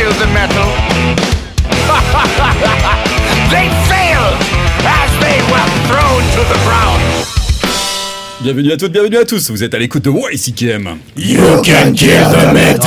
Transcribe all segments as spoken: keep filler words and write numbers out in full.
kill the metal. They failed as they were thrown to the ground. Bienvenue à toutes, bienvenue à tous, vous êtes à l'écoute de Y C K M. You can kill the metal.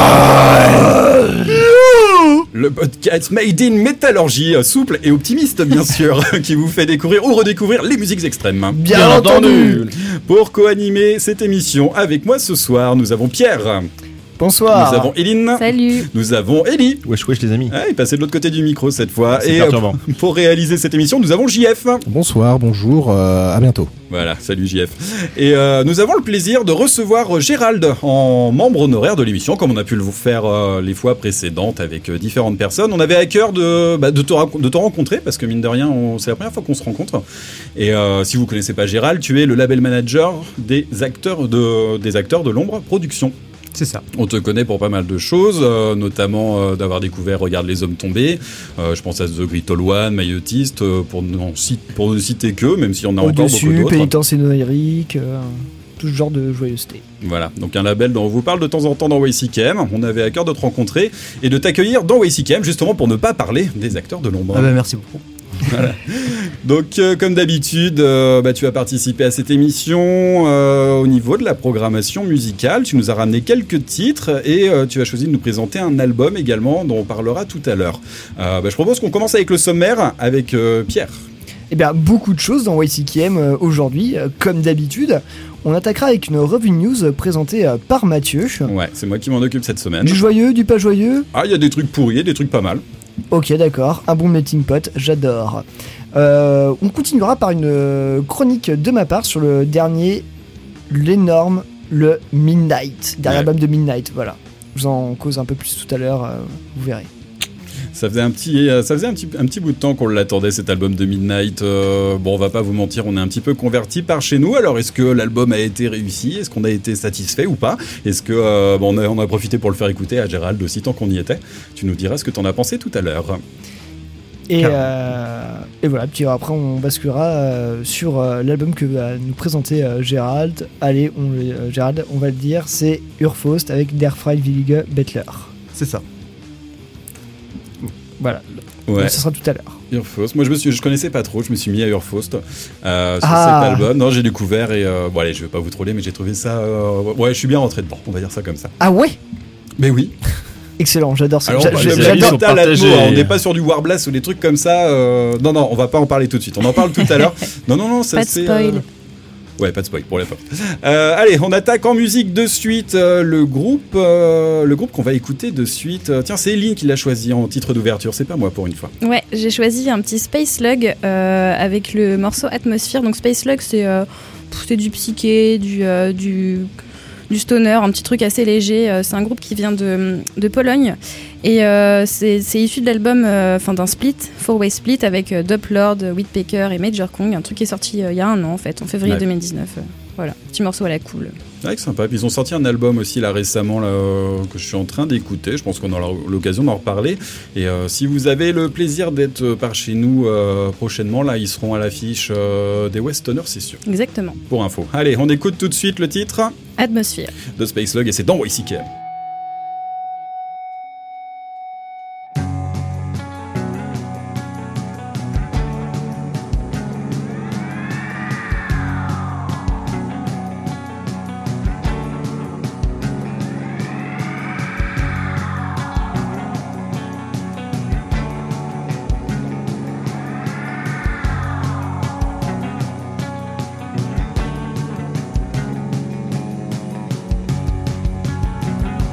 Le podcast Made in Métallurgie, souple et optimiste bien sûr, qui vous fait découvrir ou redécouvrir les musiques extrêmes. Bien, Bien entendu. entendu. Pour co-animer cette émission avec moi ce soir, nous avons Pierre. Bonsoir. Nous avons Eline. Salut. Nous avons Ellie. Wesh wesh les amis. Ah, il passait de l'autre côté du micro cette fois. C'est et perturbant. euh, pour réaliser cette émission, nous avons J F. Bonsoir, bonjour, euh, à bientôt. Voilà, salut J F. Et euh, nous avons le plaisir de recevoir Gérald en membre honoraire de l'émission, comme on a pu le faire euh, les fois précédentes avec euh, différentes personnes. On avait à cœur de, bah, de, te, de te rencontrer, parce que mine de rien, on, c'est la première fois qu'on se rencontre. Et euh, si vous connaissez pas Gérald, tu es le label manager des acteurs de, des acteurs de l'ombre production. C'est ça. On te connaît pour pas mal de choses, euh, notamment euh, d'avoir découvert Regarde les hommes tombés. Euh, je pense à The Grittle One, Maillotiste, euh, pour, ne cite, pour ne citer que, même s'il y en a encore Au-dessus, beaucoup d'autres. Pénitence et Noérique, euh, tout ce genre de joyeuseté. Voilà, donc un label dont on vous parle de temps en temps dans Y C K M. On avait à cœur de te rencontrer et de t'accueillir dans Y C K M, justement pour ne pas parler des acteurs de l'ombre. Ah bah merci beaucoup. Voilà. Donc euh, comme d'habitude, euh, bah, tu as participé à cette émission euh, au niveau de la programmation musicale. Tu nous as ramené quelques titres et euh, tu as choisi de nous présenter un album également dont on parlera tout à l'heure. Euh, bah, je propose qu'on commence avec le sommaire avec euh, Pierre. Eh bien, beaucoup de choses dans Y C K M euh, aujourd'hui, euh, comme d'habitude. On attaquera avec une revue news présentée euh, par Mathieu. Ouais, c'est moi qui m'en occupe cette semaine. Du joyeux, du pas joyeux. Ah, il y a des trucs pourris, des trucs pas mal. Ok, d'accord, un bon melting pot, j'adore. Euh, on continuera par une euh, chronique de ma part sur le dernier, l'énorme, le Midnight, dernier Ouais. album de Midnight, voilà. Je vous en cause un peu plus tout à l'heure, euh, vous verrez. Ça faisait un petit, euh, ça faisait un petit, un petit bout de temps qu'on l'attendait, cet album de Midnight. Euh, bon, on va pas vous mentir, on est un petit peu converti par chez nous. Alors, est-ce que l'album a été réussi ? Est-ce qu'on a été satisfait ou pas ? Est-ce que euh, bon, on, a, on a profité pour le faire écouter à Gérald aussi tant qu'on y était ? Tu nous diras ce que t'en as pensé tout à l'heure. Et, euh, et voilà, puis après on basculera euh, sur euh, l'album que va nous présenter euh, Gérald. Allez, on, euh, Gérald, on va le dire, c'est Urfaust avec Der Freiwillige Bettler. C'est ça. Voilà, Ouais. donc ce sera tout à l'heure. Urfaust. Moi, je me suis, je connaissais pas trop. Je me suis mis à Urfaust euh, sur Ah. cet album. Non, j'ai découvert et euh, bon, allez, je vais pas vous troller, mais j'ai trouvé ça. Euh, ouais, je suis bien rentré dedans. On va dire ça comme ça. Ah ouais, Mais oui. excellent, j'adore ça. Alors, J'a- bah, j'a- c'est les avis j'adore. sont métal partagés. atmo, hein, on n'est pas sur du Warblast ou des trucs comme ça. euh, Non, non, on va pas en parler tout de suite. On en parle tout à l'heure. Non, non, non, ça Pas de c'est. spoil. euh, Ouais, pas de spoil pour l'époque. Euh, allez, on attaque en musique de suite euh, le groupe, euh, le groupe qu'on va écouter de suite. Euh, tiens, c'est Eline qui l'a choisi en titre d'ouverture. C'est pas moi pour une fois. Ouais, j'ai choisi un petit Space Slug euh, avec le morceau Atmosphere. Donc Space Slug, c'est euh, pff, c'est du psyché, du, euh, du, du stoner, un petit truc assez léger. Euh, c'est un groupe qui vient de, de Pologne. Et euh, c'est, c'est issu de l'album, enfin euh, d'un split, Four Way Split, avec euh, Dub Lord, Whitpecker et Major Kong. Un truc qui est sorti euh, il y a un an en fait, en février Ouais. deux mille dix-neuf. Euh, voilà, petit morceau à la cool. Ouais, sympa. Puis ils ont sorti un album aussi là récemment là, euh, que je suis en train d'écouter. Je pense qu'on aura l'occasion d'en reparler. Et euh, si vous avez le plaisir d'être euh, par chez nous euh, prochainement, là, ils seront à l'affiche euh, des Westoners, c'est sûr. Exactement. Pour info. Allez, on écoute tout de suite le titre Atmosphere. de Space Slug et c'est dans Y C K M. Thank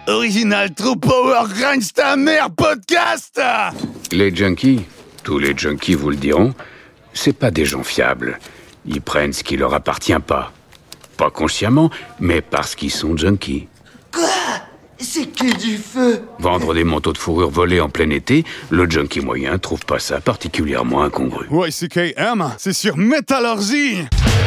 Original True Power Grinds ta mère podcast. Les junkies, tous les junkies vous le diront, c'est pas des gens fiables. Ils prennent ce qui leur appartient pas. Pas consciemment, mais parce qu'ils sont junkies. Quoi? C'est que du feu. Vendre des manteaux de fourrure volés en plein été, le junkie moyen trouve pas ça particulièrement incongru. Y C K M, c'est sur Métallurgie.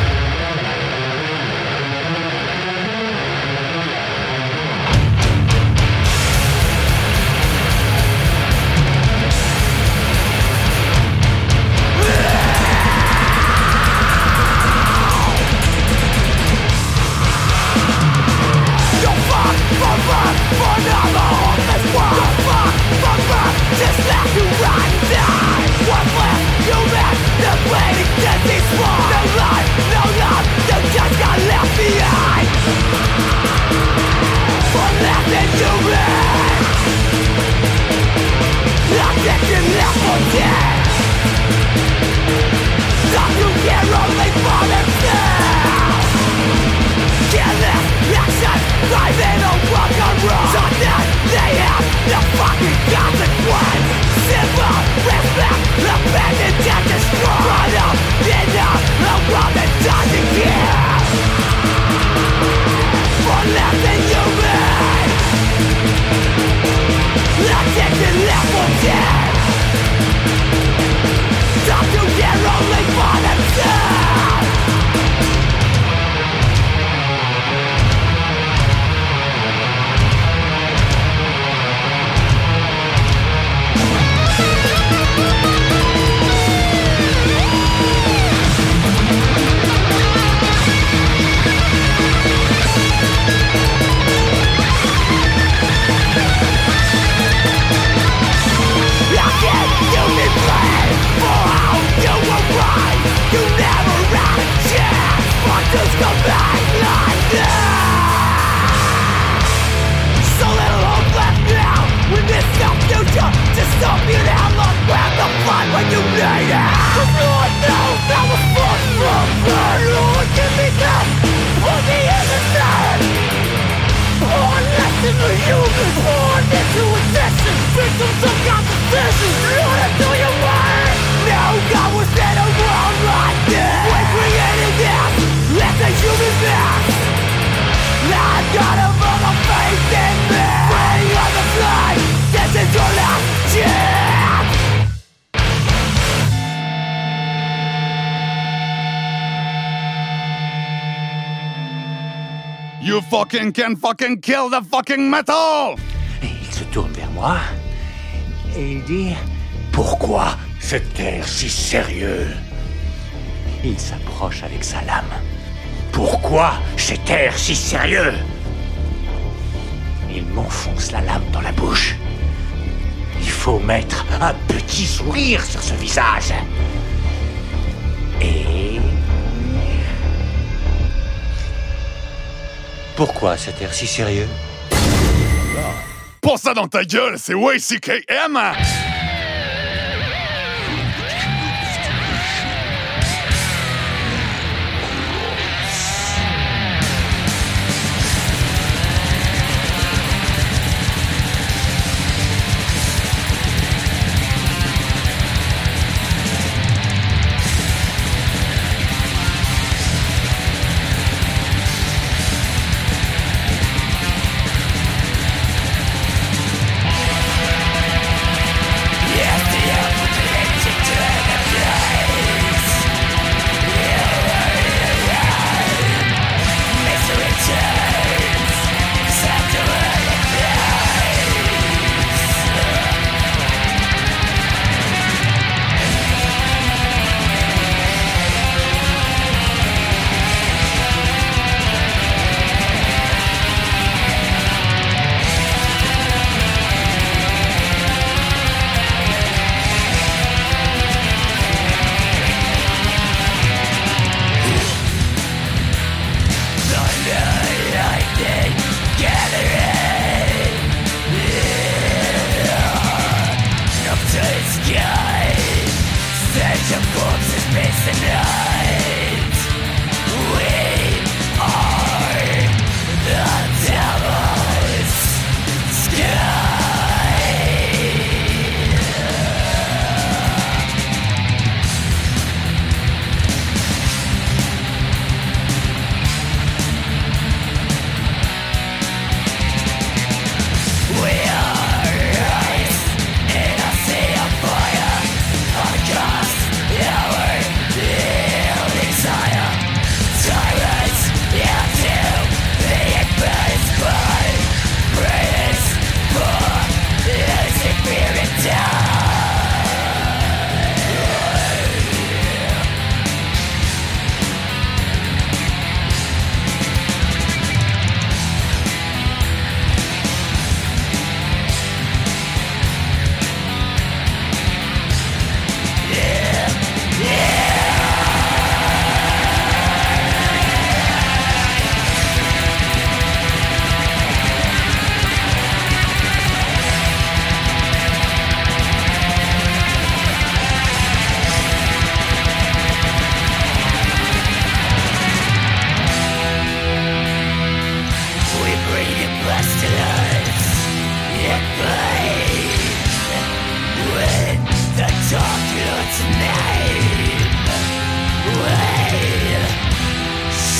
You fucking can fucking kill the fucking metal! Et il se tourne vers moi et il dit: pourquoi cet air si sérieux? Il s'approche avec sa lame. Pourquoi cet air si sérieux? Il m'enfonce la lame dans la bouche. Il faut mettre un petit sourire sur ce visage. Et... pourquoi cet air si sérieux? Pour ça dans ta gueule, c'est Y C K M!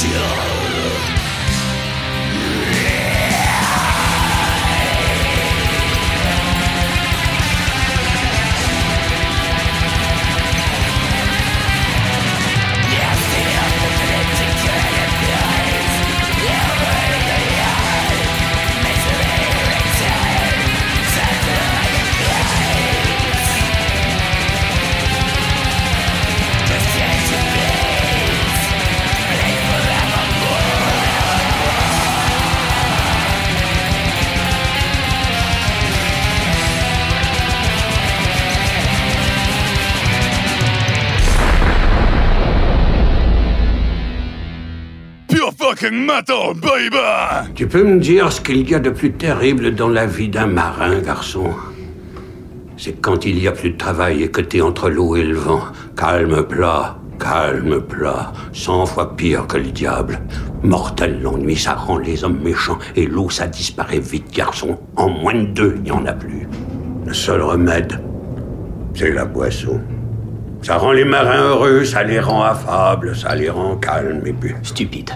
Fucking metal, baby! Tu peux me dire ce qu'il y a de plus terrible dans la vie d'un marin, garçon? C'est quand il y a plus de travail et que t'es entre l'eau et le vent. Calme plat, calme plat. Cent fois pire que le diable. Mortel l'ennui, ça rend les hommes méchants. Et l'eau, ça disparaît vite, garçon. En moins de deux, il n'y en a plus. Le seul remède, c'est la boisson. Ça rend les marins heureux, ça les rend affables, ça les rend calmes et puis... Stupide.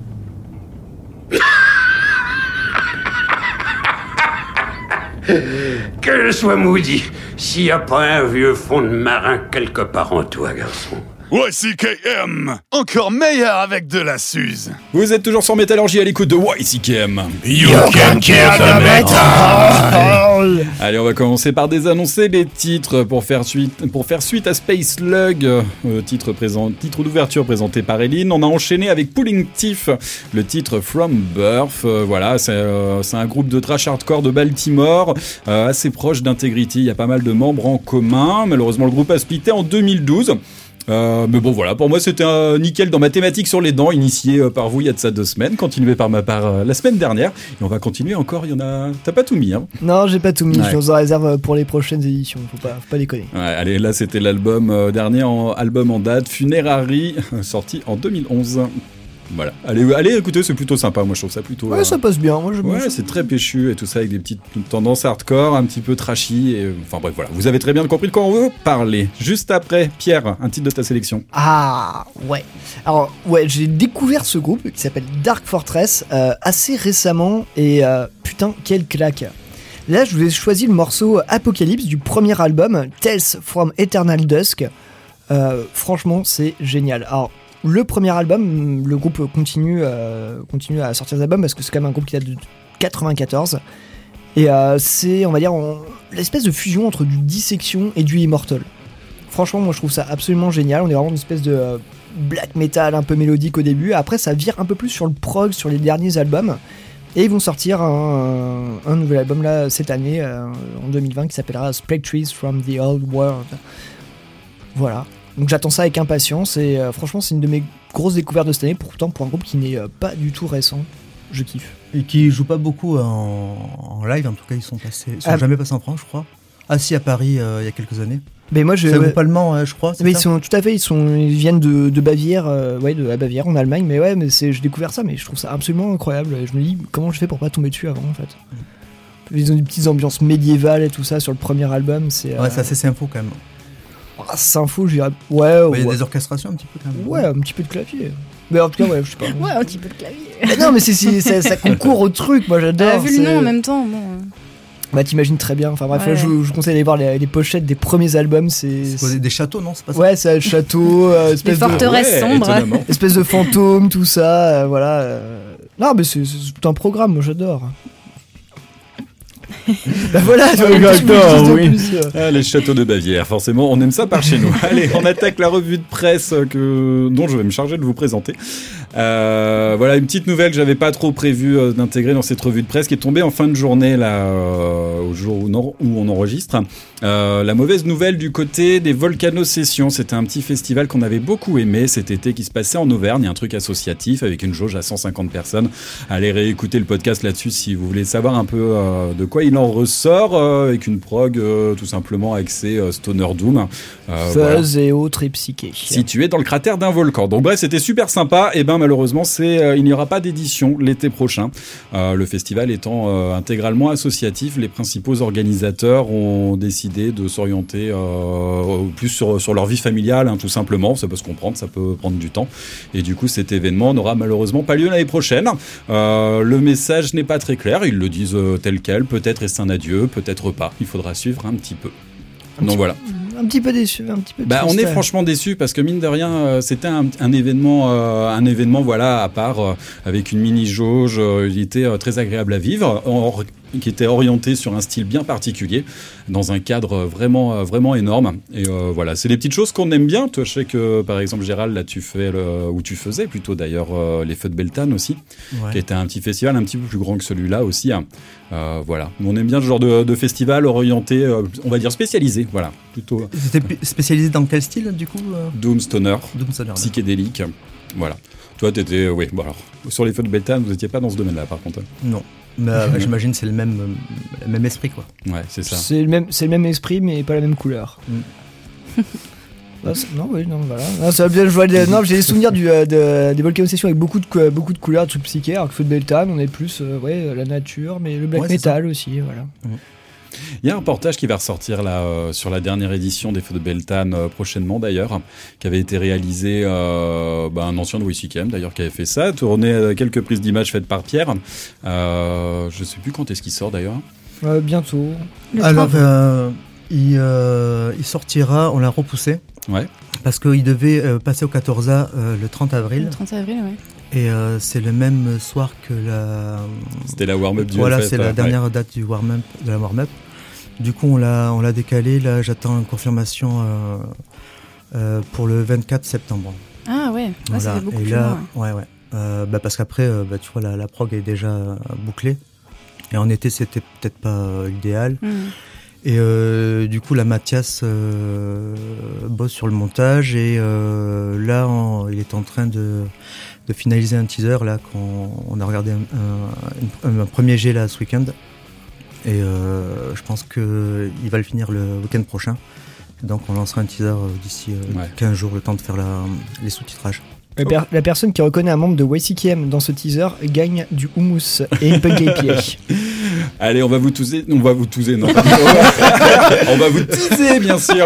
Que je sois maudit, s'il n'y a pas un vieux fond de marin quelque part en toi, garçon. Y C K M, encore meilleur avec de la Suze. Vous êtes toujours sur Métallurgie à l'écoute de Y C K M. You can kill the metal. Allez, on va commencer par déannoncer les titres pour faire suite, pour faire suite à Space Slug, euh, titre, présent, titre d'ouverture présenté par Eline. On a enchaîné avec Pulling Teeth, le titre From Birth. Euh, voilà, c'est, euh, c'est un groupe de thrash hardcore de Baltimore, euh, assez proche d'Integrity. Il y a pas mal de membres en commun. Malheureusement, le groupe a splitté en deux mille douze. Euh, mais bon voilà, pour moi c'était un nickel dans mathématiques sur les dents, initié euh, par vous il y a de ça deux semaines, continué par ma part euh, la semaine dernière, et on va continuer encore, il y en a... T'as pas tout mis hein? Non, j'ai pas tout mis, Ouais. je vous en réserve pour les prochaines éditions, faut pas, faut pas déconner. Ouais, allez, là c'était l'album, euh, dernier en, album en date, Funerary, sorti en deux mille onze. Voilà, allez, allez écoutez, c'est plutôt sympa, moi je trouve ça plutôt... Ouais, euh, ça passe bien, moi je Ouais, c'est très péchu et tout ça, avec des petites tendances hardcore, un petit peu trashy, et... enfin bref, voilà, vous avez très bien compris de quoi on veut parler. Juste après, Pierre, un titre de ta sélection. Ah, ouais. Alors, ouais, j'ai découvert ce groupe qui s'appelle Dark Fortress euh, assez récemment, et euh, putain, quelle claque. Là, je vous ai choisi le morceau Apocalypse du premier album, Tales from Eternal Dusk. Euh, franchement, c'est génial. Alors, le premier album, le groupe continue, euh, continue à sortir des albums parce que c'est quand même un groupe qui date de quatre-vingt-quatorze. Et euh, c'est, on va dire, on, l'espèce de fusion entre du Dissection et du Immortal. Franchement, moi je trouve ça absolument génial. On est vraiment une espèce de euh, black metal un peu mélodique au début. Après, ça vire un peu plus sur le prog sur les derniers albums. Et ils vont sortir un, un nouvel album là cette année, euh, en deux mille vingt, qui s'appellera Spectres from the Old World. Voilà. Donc j'attends ça avec impatience et euh, franchement c'est une de mes grosses découvertes de cette année, pourtant pour un groupe qui n'est euh, pas du tout récent. Je kiffe. Et qui joue pas beaucoup en, en live, en tout cas ils sont passés, ils sont Ah. jamais passés en France, je crois. Ah si, à Paris euh, il y a quelques années. Mais moi je. C'est un groupe allemand, euh, je crois. C'est Mais ils ça sont tout à fait, ils sont, ils viennent de, de Bavière, euh, ouais, de la Bavière en Allemagne. Mais ouais, mais c'est, j'ai découvert ça, mais je trouve ça absolument incroyable. Et je me dis comment je fais pour pas tomber dessus avant en fait. Ils ont des petites ambiances médiévales et tout ça sur le premier album. C'est. Ouais, euh, c'est assez sympa quand même. ah, Sympho, je dirais. Ouais, Ouais, ouais. Il y a des orchestrations un petit peu quand même. Ouais, un petit peu de clavier. Mais en tout cas, ouais, je sais pas. Ouais, un petit peu de clavier. Mais non, mais c'est, c'est, ça, ça concourt au truc, moi j'adore. Euh, vu c'est- le nom en même temps, bon. euh. Bah t'imagines très bien. Enfin bref, Ouais. je, je vous conseille d'aller voir les, les pochettes des premiers albums. C'est, C'est quoi, des, des châteaux, non? C'est pas ça? ouais, c'est le château, euh, espèce, Les forteresses Ouais, sombres. étonnamment. de, espèce de fantôme, tout ça. euh, voilà. euh. Non, mais c'est, c'est tout un programme. Moi j'adore. Bah voilà, tu vois, Ah, qu'est-ce que je d'accord, vous dis de oui. plus, euh. Ah, les châteaux de Bavière, forcément, on aime ça par chez nous. Allez, on attaque la revue de presse que, dont je vais me charger de vous présenter. Euh, voilà, une petite nouvelle que j'avais pas trop prévu euh, d'intégrer dans cette revue de presse qui est tombée en fin de journée, là, euh, au jour où, non- où on enregistre. Euh, la mauvaise nouvelle du côté des Volcano Sessions, c'était un petit festival qu'on avait beaucoup aimé cet été qui se passait en Auvergne, un truc associatif avec une jauge à cent cinquante personnes. Allez réécouter le podcast là-dessus si vous voulez savoir un peu euh, de quoi il en ressort, euh, avec une prog euh, tout simplement axée euh, Stoner Doom. Euh, voilà. Fuzz et autres et psyché. Situé dans le cratère d'un volcan. Donc bref, c'était super sympa. Et ben malheureusement, c'est euh, il n'y aura pas d'édition l'été prochain. Euh, le festival étant euh, intégralement associatif, les principaux organisateurs ont décidé décidé de s'orienter euh, plus sur, sur leur vie familiale, hein, tout simplement. Ça peut se comprendre, ça peut prendre du temps. Et du coup, cet événement n'aura malheureusement pas lieu l'année prochaine. Euh, le message n'est pas très clair. Ils le disent euh, tel quel. Peut-être est-ce un adieu, peut-être pas. Il faudra suivre un petit peu. Un Donc petit, voilà. Un petit peu déçu, un petit peu Bah, on est franchement déçus parce que mine de rien, euh, c'était un, un événement, euh, un événement voilà à part euh, avec une mini jauge. Euh, il était euh, très agréable à vivre, or, qui était orienté sur un style bien particulier, dans un cadre vraiment euh, vraiment énorme. Et euh, voilà, c'est les petites choses qu'on aime bien. Toi, je sais que par exemple Gérald, là, tu fais le, ou tu faisais plutôt d'ailleurs euh, les Feux de Beltane aussi, Ouais. qui était un petit festival un petit peu plus grand que celui-là aussi. Hein. Euh, voilà, on aime bien ce genre de, de festival orienté, euh, on va dire spécialisé. Voilà, plutôt. C'était p- spécialisé dans quel style du coup euh Doom Stoner, Doom Stoner, psychédélique, voilà. Toi, t'étais, oui, bon alors, sur les Feux de Beltane, vous n'étiez pas dans ce domaine-là, par contre. Non. Mais euh, j'imagine que c'est le même, euh, le même esprit, quoi. Ouais, c'est ça. C'est le même, c'est le même esprit, mais pas la même couleur. Mm. Ah, c'est- non, oui, non, voilà. Non, ça va bien, je vois les- non, j'ai des souvenirs du, euh, de, des Volcano Sessions avec beaucoup de, cou- beaucoup de couleurs, de trucs psychés, alors que Feu de Beltane, on est plus, euh, ouais, la nature, mais le black Ouais, c'est metal aussi, voilà. Il y a un reportage qui va ressortir là euh, sur la dernière édition des Feux de Beltane euh, prochainement d'ailleurs, qui avait été réalisé euh, bah, un ancien de W C K M d'ailleurs qui avait fait ça, tourné euh, quelques prises d'images faites par Pierre. Euh, je sais plus quand est-ce qu'il sort d'ailleurs. Euh, bientôt. Le Alors, trente. euh, il, euh, il sortira, on l'a repoussé, Ouais. parce qu'il devait euh, passer au quatorze A euh, le trente avril, Le trente avril, ouais. et euh, c'est le même soir que la... C'était la warm-up du Voilà, Hellfest, c'est la ouais. dernière date du warm-up, de la warm-up. Du coup, on l'a, on l'a décalé, là, j'attends une confirmation euh, euh, pour le vingt-quatre septembre. Ah ouais, là, ça Voilà. fait beaucoup Et plus là, loin. ouais, ouais. Euh, bah, parce qu'après, euh, bah, tu vois, la, la prog est déjà euh, bouclée. Et en été, c'était peut-être pas euh, idéal. Hmm. Et euh, du coup, là, Mathias euh, bosse sur le montage. Et euh, là, on- il est en train de, de finaliser un teaser. Là, qu'on on a regardé un, un- un premier jet là, ce week-end. Et euh, je pense qu'il va le finir le week-end prochain. Donc, on lancera un teaser euh, d'ici euh, Ouais. quinze jours, le temps de faire la, les sous-titrages. La, per- la personne qui reconnaît un membre de Y C K M dans ce teaser gagne du houmous et une punk I P A. Allez, on va vous touser. On va vous touser, non. On va vous teaser, bien sûr.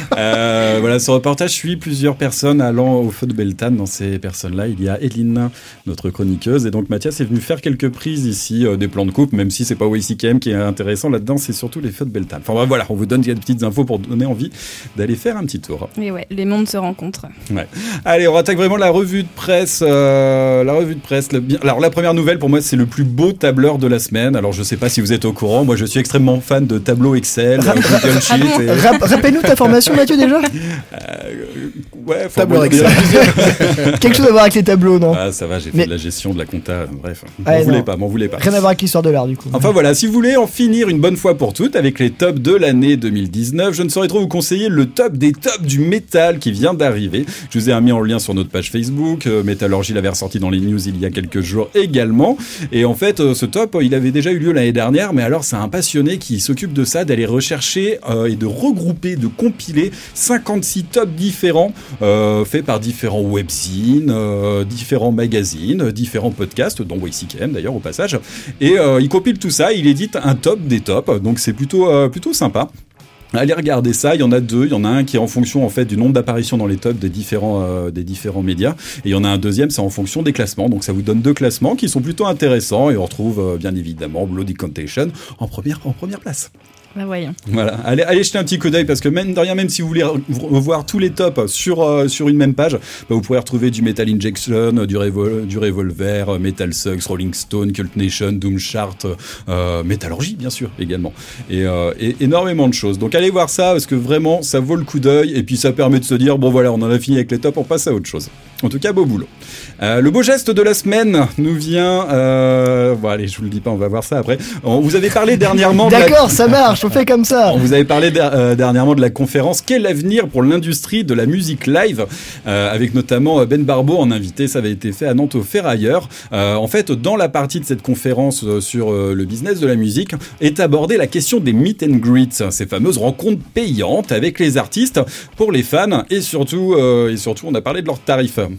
Euh, voilà, ce reportage suit plusieurs personnes allant au Feu de Beltane. Dans ces personnes-là, il y a Eline, notre chroniqueuse. Et donc, Mathias est venu faire quelques prises ici, euh, des plans de coupe, même si c'est pas Y C K M qui est intéressant là-dedans, c'est surtout les Feux de Beltane. Enfin, bref, voilà, on vous donne des petites infos pour donner envie d'aller faire un petit tour. Et ouais, les mondes se rencontrent. Ouais. Allez, on attaque vraiment la revue de presse. euh, la revue de presse. Le bien... Alors, la première nouvelle, pour moi, c'est le plus beau tableur de la semaine. Alors, je sais pas si vous êtes au courant. Moi, je suis extrêmement fan de tableaux Excel, Ra- Google Sheet. Ah bon et... Rap- Rappelle-nous ta formation, Mathieu, déjà. Euh, ouais, enfin, Tableur bon, Excel. Quelque chose à voir avec les tableaux, non? Ah, ça va, j'ai fait Mais- de la gestion, de la compta. Bref, Ah, m'en non. voulez pas, m'en voulez pas. Rien à voir avec l'histoire de l'art, du coup. Enfin voilà, si vous voulez en finir une bonne fois pour toutes avec les tops de l'année deux mille dix-neuf, je ne saurais trop vous conseiller le top des tops du métal qui vient d'arriver. Je vous ai mis en lien sur notre page Facebook. Euh, Métallurgie l'avait ressorti dans les news il y a quelques jours également. Et en fait, euh, ce top, euh, il avait déjà eu lieu l'année dernière, mais alors c'est un passionné qui s'occupe de ça, d'aller rechercher euh, et de regrouper, de compiler cinquante-six tops différents euh, faits par différents webzines, euh, différents magazines, euh, différents podcasts, dont Y C K M d'ailleurs au passage. Et euh, il compile tout ça, il édite un top des tops, donc c'est plutôt, euh, plutôt sympa. Allez regarder ça, il y en a deux, il y en a un qui est en fonction en fait du nombre d'apparitions dans les tops des différents, euh, des différents médias, et il y en a un deuxième, c'est en fonction des classements, donc ça vous donne deux classements qui sont plutôt intéressants, et on retrouve euh, bien évidemment Bloody Contention en première, en première place. Bah voyons. Voilà, allez, allez jeter un petit coup d'œil parce que même de rien, même si vous voulez re- revoir tous les tops sur, euh, sur une même page, bah, vous pourrez retrouver du Metal Injection, du, Revol- du Revolver, euh, Metal Sucks, Rolling Stone, Cult Nation, Doom Chart, euh, Métallurgie bien sûr également, et, euh, et énormément de choses. Donc allez voir ça parce que vraiment ça vaut le coup d'œil et puis ça permet de se dire bon voilà, on en a fini avec les tops, on passe à autre chose. En tout cas, beau boulot. Euh, le beau geste de la semaine nous vient. Euh, bon allez, je vous le dis pas, on va voir ça après. On vous avait parlé dernièrement. de la- D'accord, ça marche, on fait comme ça. On vous avait parlé der- euh, dernièrement de la conférence Quel avenir pour l'industrie de la musique live, euh, avec notamment Ben Barbeau en invité. Ça avait été fait à Nantes au Ferrailleur. Euh, en fait, dans la partie de cette conférence euh, sur euh, le business de la musique, est abordée la question des meet and greets, ces fameuses rencontres payantes avec les artistes pour les fans, et surtout, euh, et surtout, on a parlé de leurs tarifs.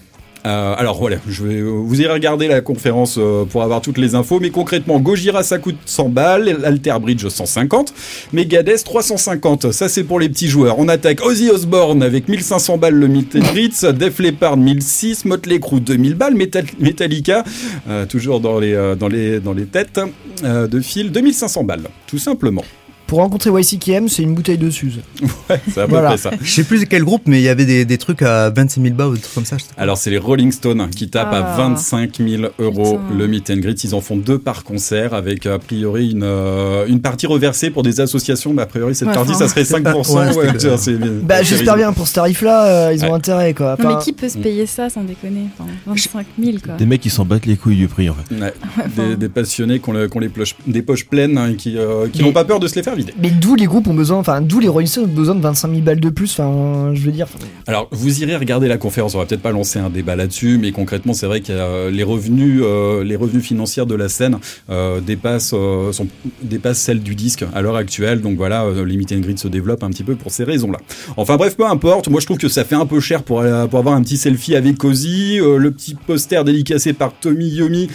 Euh, alors voilà, je vais, vous irez regarder la conférence euh, pour avoir toutes les infos, mais concrètement, Gojira ça coûte cent balles, Alter Bridge cent cinquante, Megadeth trois cent cinquante, ça c'est pour les petits joueurs. On attaque Ozzy Osbourne avec mille cinq cents balles le Meet and Greets, Def Leppard mille six, Motley Crue deux mille balles, Metal- Metallica, euh, toujours dans les, euh, dans les, dans les têtes euh, de fil, deux mille cinq cents balles, tout simplement. Pour rencontrer Y C K M, c'est une bouteille de Suze. Ouais, c'est à peu Voilà. près ça. Je sais plus quel groupe, mais il y avait des, des trucs à vingt-six mille balles ou des trucs comme ça. je sais pas. Alors c'est les Rolling Stones qui tapent Ah. à vingt-cinq mille euros Putain. le meet and greet. Ils en font deux par concert avec a priori une, euh, une partie reversée pour des associations. Mais a priori cette Ouais, partie enfin, ça serait cinq pour cent. ouais, Ouais, c'était- tiens, c'est- Bah, c'est j'espère risqué. bien, pour ce tarif-là, euh, ils ont Ouais. intérêt, quoi. Non, Enfin, mais qui peut se payer ça sans déconner, enfin, vingt-cinq mille quoi. Des mecs qui s'en battent les couilles du prix en fait. Ouais, enfin. des, des passionnés qui ont, le- qui ont les poches, des poches pleines hein, et qui, euh, qui Mais- n'ont pas peur de se les faire vider. Mais d'où les groupes ont besoin, enfin, d'où les Rolling Stones ont besoin de vingt-cinq mille balles de plus, enfin, je veux dire. Alors, vous irez regarder la conférence. On va peut-être pas lancer un débat là-dessus, mais concrètement, c'est vrai que euh, les revenus, euh, les revenus financiers de la scène euh, dépassent, euh, sont, dépassent celles du disque à l'heure actuelle. Donc voilà, euh, les meet and greet se développent un petit peu pour ces raisons-là. Enfin bref, peu importe. Moi, je trouve que ça fait un peu cher pour, euh, pour avoir un petit selfie avec Ozzy. Euh, le petit poster dédicacé par Tommy Yomi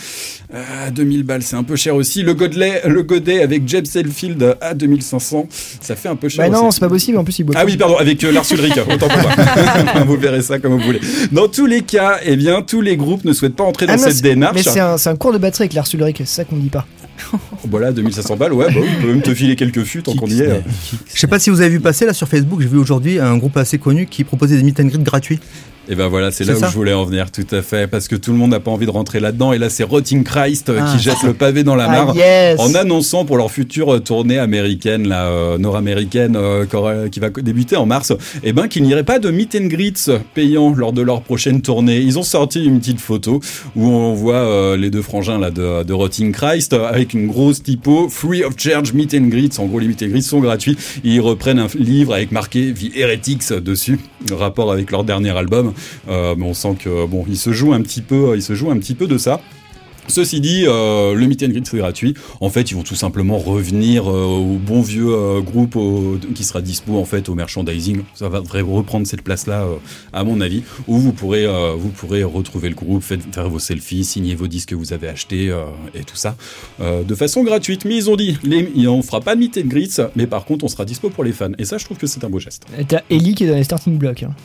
à deux mille balles, c'est un peu cher aussi. Le Godley, le Godet avec James Hetfield à deux mille cinq cents, ça fait un peu cher Bah non, aussi. c'est pas possible, en plus, ils boivent. Ah oui, pardon, avec euh, Lars Ulrich, autant pour moi. Vous verrez ça comme vous voulez. Dans tous les cas, eh bien, tous les groupes ne souhaitent pas entrer dans Ah, mais cette c'est- démarche. Mais c'est un, c'est un cours de batterie avec Lars Ulrich, c'est ça qu'on dit pas. Voilà, deux mille cinq cents balles, ouais, bah, oui, on peut même te filer quelques fûts tant qu'on y est. euh. Je sais pas si vous avez vu passer là sur Facebook, j'ai vu aujourd'hui un groupe assez connu qui proposait des meet and greet gratuits. Et ben voilà, c'est C'est là où ça je voulais en venir, tout à fait, parce que tout le monde n'a pas envie de rentrer là-dedans. Et là, c'est Rotting Christ euh, Ah, qui jette le pavé dans la mare. Ah yes. En annonçant pour leur future tournée américaine, la euh, nord-américaine, euh, qu'aura- qui va débuter en mars, eh ben qu'il n'y aurait pas de meet and greets payants lors de leur prochaine tournée. Ils ont sorti une petite photo où on voit euh, les deux frangins là de, de Rotting Christ euh, avec une grosse typo free of charge meet and greets. En gros, les meet and greets sont gratuits. Et ils reprennent un livre avec marqué The Heretics dessus, rapport avec leur dernier album. Euh, mais on sent que bon, ils se jouent un petit peu, ils se jouent un petit peu de ça. Ceci dit, euh, le meet and greet c'est gratuit. En fait, ils vont tout simplement revenir euh, au bon vieux euh, groupe au- qui sera dispo en fait au merchandising. Ça va vraiment reprendre cette place-là, euh, à mon avis, où vous pourrez, euh, vous pourrez retrouver le groupe, faites, faire vos selfies, signer vos disques que vous avez achetés euh, et tout ça euh, de façon gratuite. Mais ils ont dit, les, on fera pas de meet and greets, mais par contre, on sera dispo pour les fans. Et ça, je trouve que c'est un beau geste. Et t'as Ellie qui est dans les starting blocks. Hein.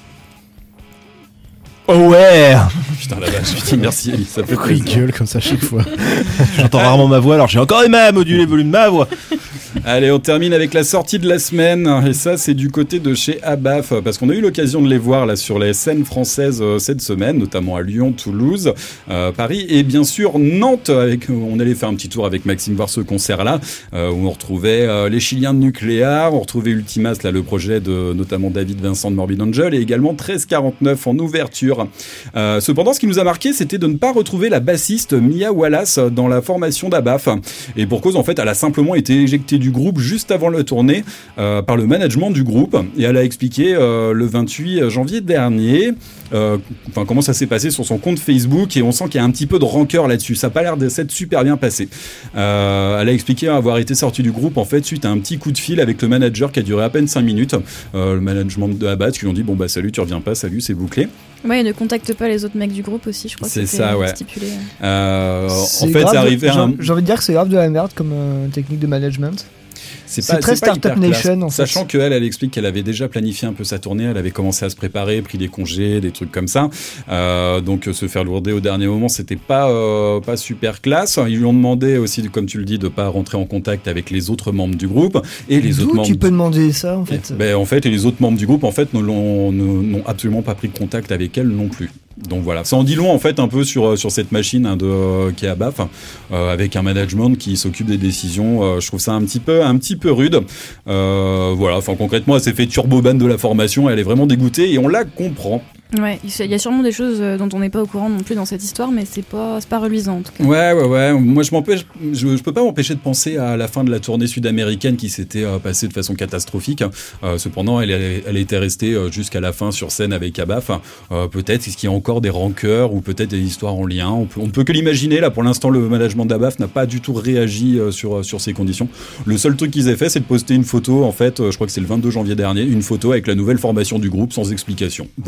Oh ouais. Putain la vache, putain, merci Ellie, ça fait Pourquoi il plaisir. gueule comme ça chaque fois? J'entends rarement ma voix, alors j'ai encore aimé à moduler le volume de ma voix. Allez, on termine avec la sortie de la semaine, et ça c'est du côté de chez Abaf, parce qu'on a eu l'occasion de les voir là sur les scènes françaises euh, cette semaine, notamment à Lyon, Toulouse, euh, Paris et bien sûr Nantes. Avec, on allait faire un petit tour avec Maxime voir ce concert-là, euh, où on retrouvait euh, les Chiliens de Nucléar, on retrouvait Ultimas, là le projet de notamment David Vincent de Morbid Angel, et également treize quarante-neuf en ouverture. Euh, cependant, ce qui nous a marqué, c'était de ne pas retrouver la bassiste Mia Wallace dans la formation d'Abaf, et pour cause en fait, elle a simplement été éjectée du groupe juste avant la tournée euh, par le management du groupe, et elle a expliqué euh, le vingt-huit janvier dernier euh, enfin, comment ça s'est passé sur son compte Facebook, et on sent qu'il y a un petit peu de rancœur là-dessus. Ça n'a pas l'air de s'être super bien passé. Euh, elle a expliqué avoir été sortie du groupe en fait suite à un petit coup de fil avec le manager qui a duré à peine cinq minutes. Euh, le management de Abbat qui lui ont dit bon bah salut, tu reviens pas, salut, c'est bouclé. Ouais, il ne contacte pas les autres mecs du groupe aussi, je crois. C'est que c'était ça, ouais. stipulé. Euh, en C'est fait, grave c'est de- arrivé à j'ai- un... J'ai envie de dire que c'est grave de la merde comme euh, technique de management. C'est C'est très pas Startup hyper classe. Nation, en fait. Sachant qu'elle, elle explique qu'elle avait déjà planifié un peu sa tournée, elle avait commencé à se préparer, pris des congés, des trucs comme ça. Euh, donc se faire lourder au dernier moment, c'était pas euh, pas super classe. Ils lui ont demandé aussi, comme tu le dis, de pas rentrer en contact avec les autres membres du groupe et les autres D'où membres. tu peux demander ça en fait. Ben, en fait, et les autres membres du groupe, en fait, ne l'ont- ne- n'ont absolument pas pris contact avec elle non plus. Donc voilà, ça en dit long en fait un peu sur sur cette machine hein, de euh, qui est à Abaf, euh, avec un management qui s'occupe des décisions. Euh, je trouve ça un petit peu un petit peu rude. Euh, voilà, enfin concrètement, elle s'est fait turboban de la formation, elle est vraiment dégoûtée et on la comprend. Ouais, il y a sûrement des choses euh, dont on n'est pas au courant non plus dans cette histoire, mais c'est pas, c'est pas reluisant en tout cas. Ouais, ouais, ouais. Moi, je m'empêche, je, je peux pas m'empêcher de penser à la fin de la tournée sud-américaine qui s'était euh, passée de façon catastrophique. Euh, cependant, elle, elle, elle était restée euh, jusqu'à la fin sur scène avec Abaf. Euh, peut-être est-ce qu'il y a encore des rancœurs ou peut-être des histoires en lien. On peut, on peut que l'imaginer. Là, pour l'instant, le management d'Abaf n'a pas du tout réagi euh, sur sur ces conditions. Le seul truc qu'ils aient fait, c'est de poster une photo. En fait, euh, je crois que c'est le vingt-deux janvier dernier, une photo avec la nouvelle formation du groupe sans explication. Voilà. Après,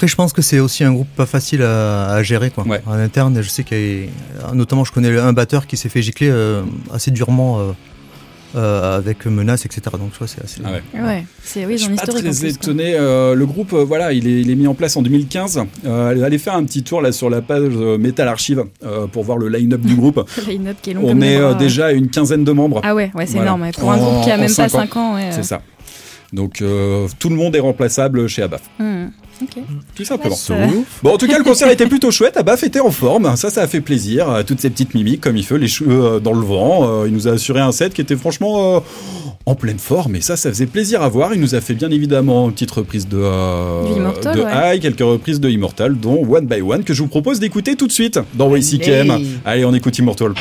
Après, je pense que c'est aussi un groupe pas facile à, à gérer, quoi. Ouais. En interne, je sais qu'il y a, notamment, je connais un batteur qui s'est fait gicler euh, assez durement euh, euh, avec menaces, et cetera. Donc, ça, c'est assez. Ah ouais. Ouais, c'est oui, Je ils ont suis pas historique en très plus, quoi. étonné. euh, le groupe, euh, voilà, il est, il est mis en place en deux mille quinze. Euh, allez faire un petit tour là sur la page euh, Metal Archive euh, pour voir le line-up du groupe. Le line-up qui est long On comme est des euh, bras, ouais. déjà à une quinzaine de membres. Ah ouais, ouais, c'est Voilà. énorme. ouais. Pour un En- groupe qui a en même pas cinq ans. cinq ans, ouais. C'est ça. Donc euh, tout le monde est remplaçable chez Abaf. Hmm, Ok. Tout simplement. Ouais, ça- Bon, en tout cas, le concert était plutôt chouette. Abaf était en forme. Ça, ça a fait plaisir. Euh, Toutes ces petites mimiques comme il fait, les cheveux euh, dans le vent. Euh, il nous a assuré un set qui était franchement euh, en pleine forme. Et ça, ça faisait plaisir à voir. Il nous a fait bien évidemment une petite reprise de, euh, Du Immortal, de ouais. High, quelques reprises de Immortal, dont One by One, que je vous propose d'écouter tout de suite dans W C K M. Allez. Allez, on écoute Immortal.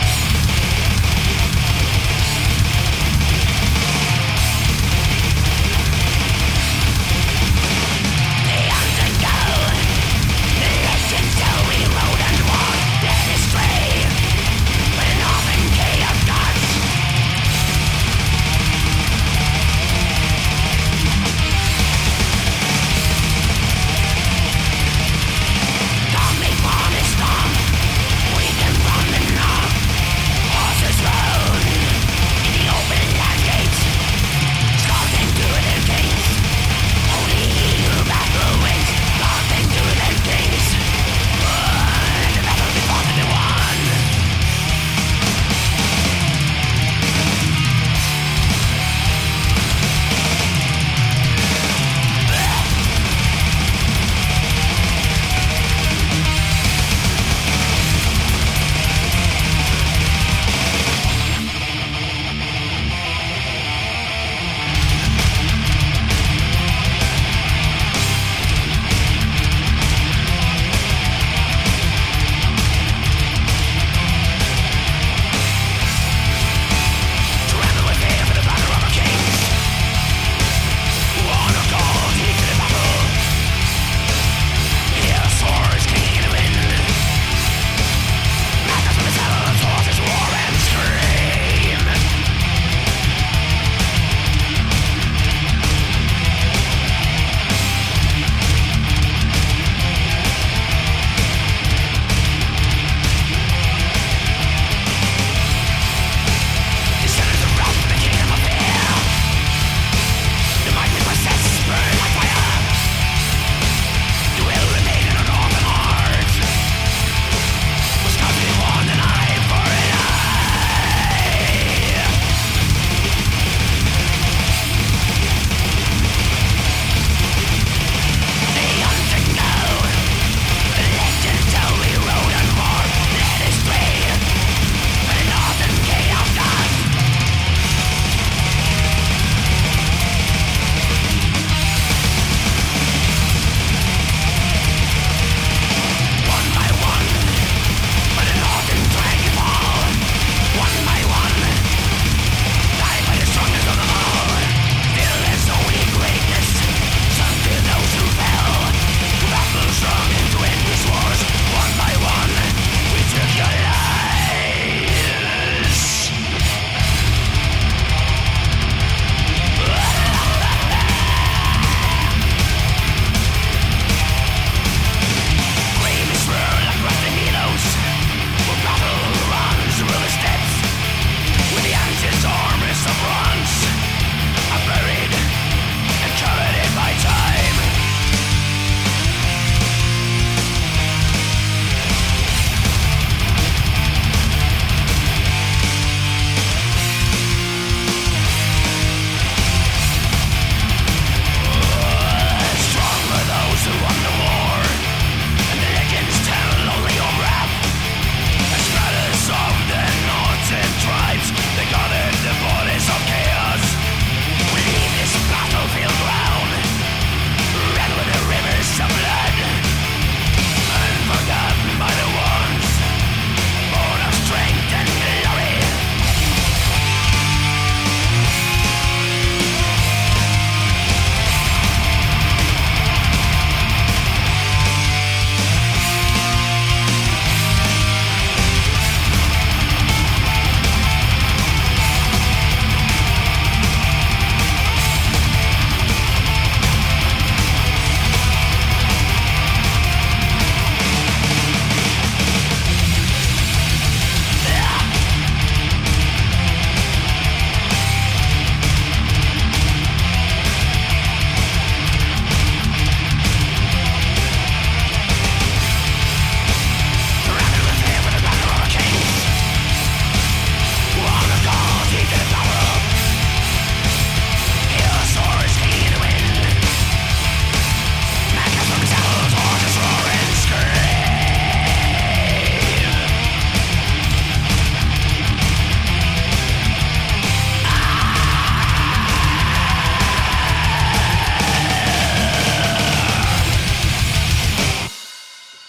We can run enough.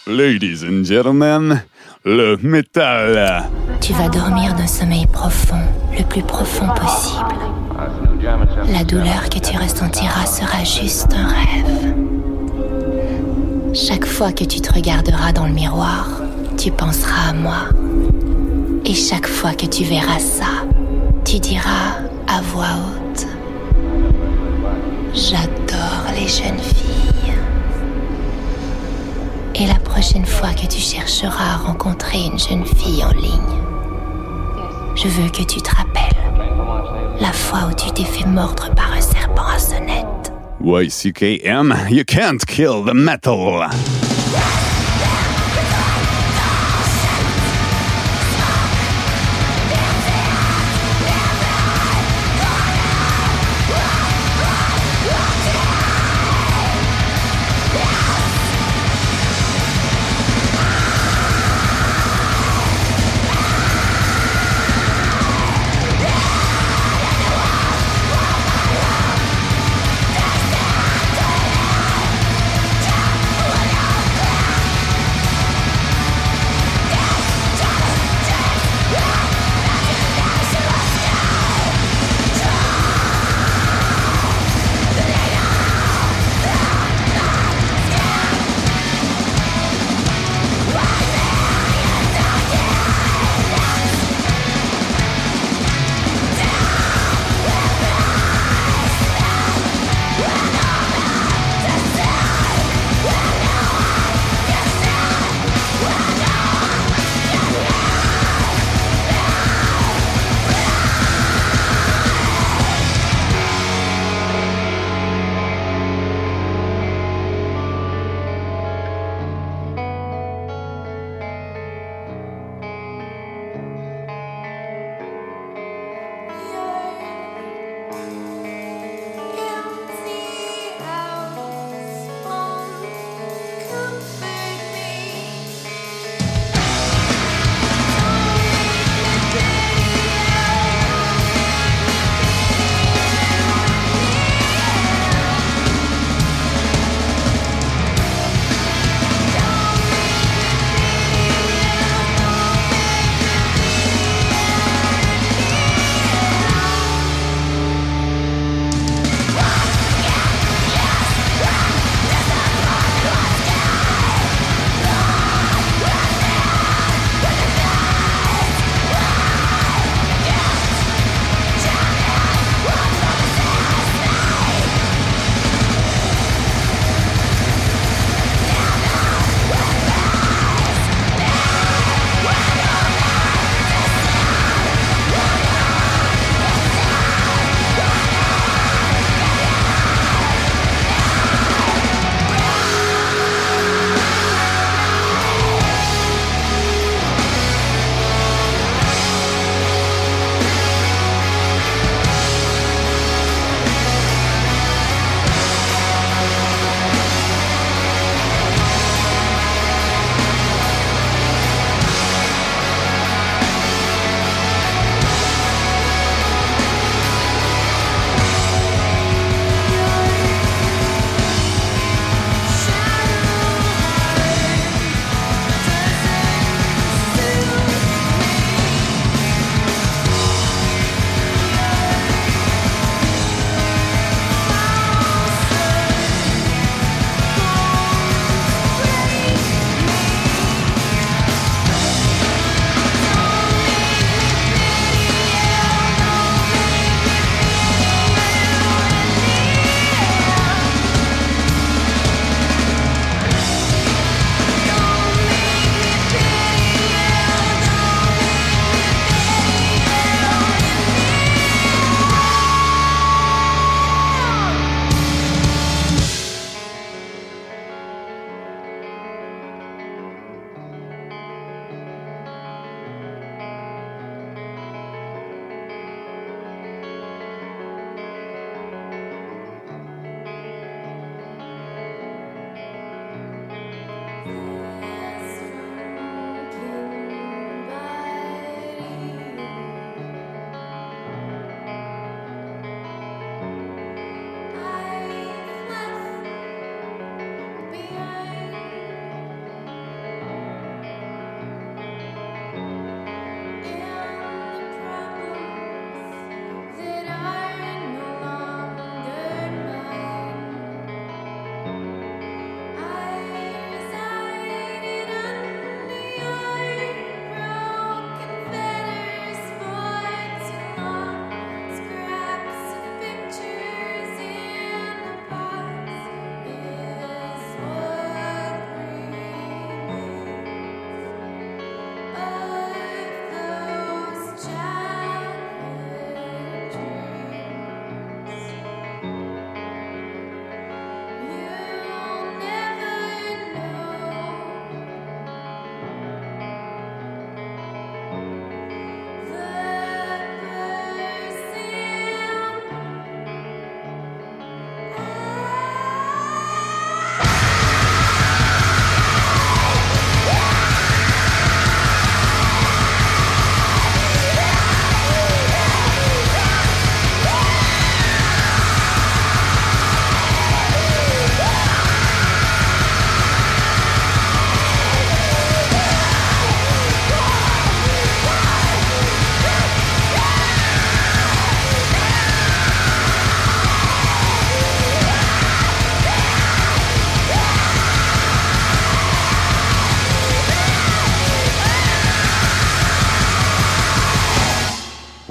Ladies and gentlemen, le métal. Tu vas dormir d'un sommeil profond, le plus profond possible. La douleur que tu ressentiras sera juste un rêve. Chaque fois que tu te regarderas dans le miroir, tu penseras à moi. Et chaque fois que tu verras ça, tu diras à voix haute: j'adore les jeunes filles. Et la prochaine fois que tu chercheras à rencontrer une jeune fille en ligne, je veux que tu te rappelles la fois où tu t'es fait mordre par un serpent à sonnette. Y C K M, you can't kill the metal.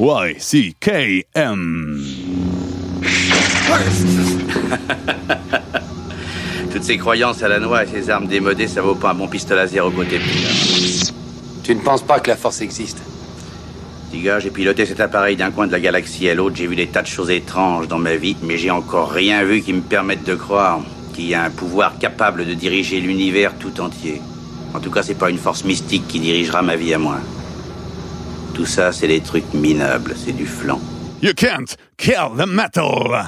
Y C K M. Toutes ces croyances à la noix et ces armes démodées, ça vaut pas un bon pistolet laser au côté pire. Tu ne penses pas que la force existe? Petit gars, j'ai piloté cet appareil d'un coin de la galaxie à l'autre, j'ai vu des tas de choses étranges dans ma vie, mais j'ai encore rien vu qui me permette de croire qu'il y a un pouvoir capable de diriger l'univers tout entier. En tout cas, c'est pas une force mystique qui dirigera ma vie à moi. Tout ça, c'est des trucs minables, c'est du flan. You can't kill the metal.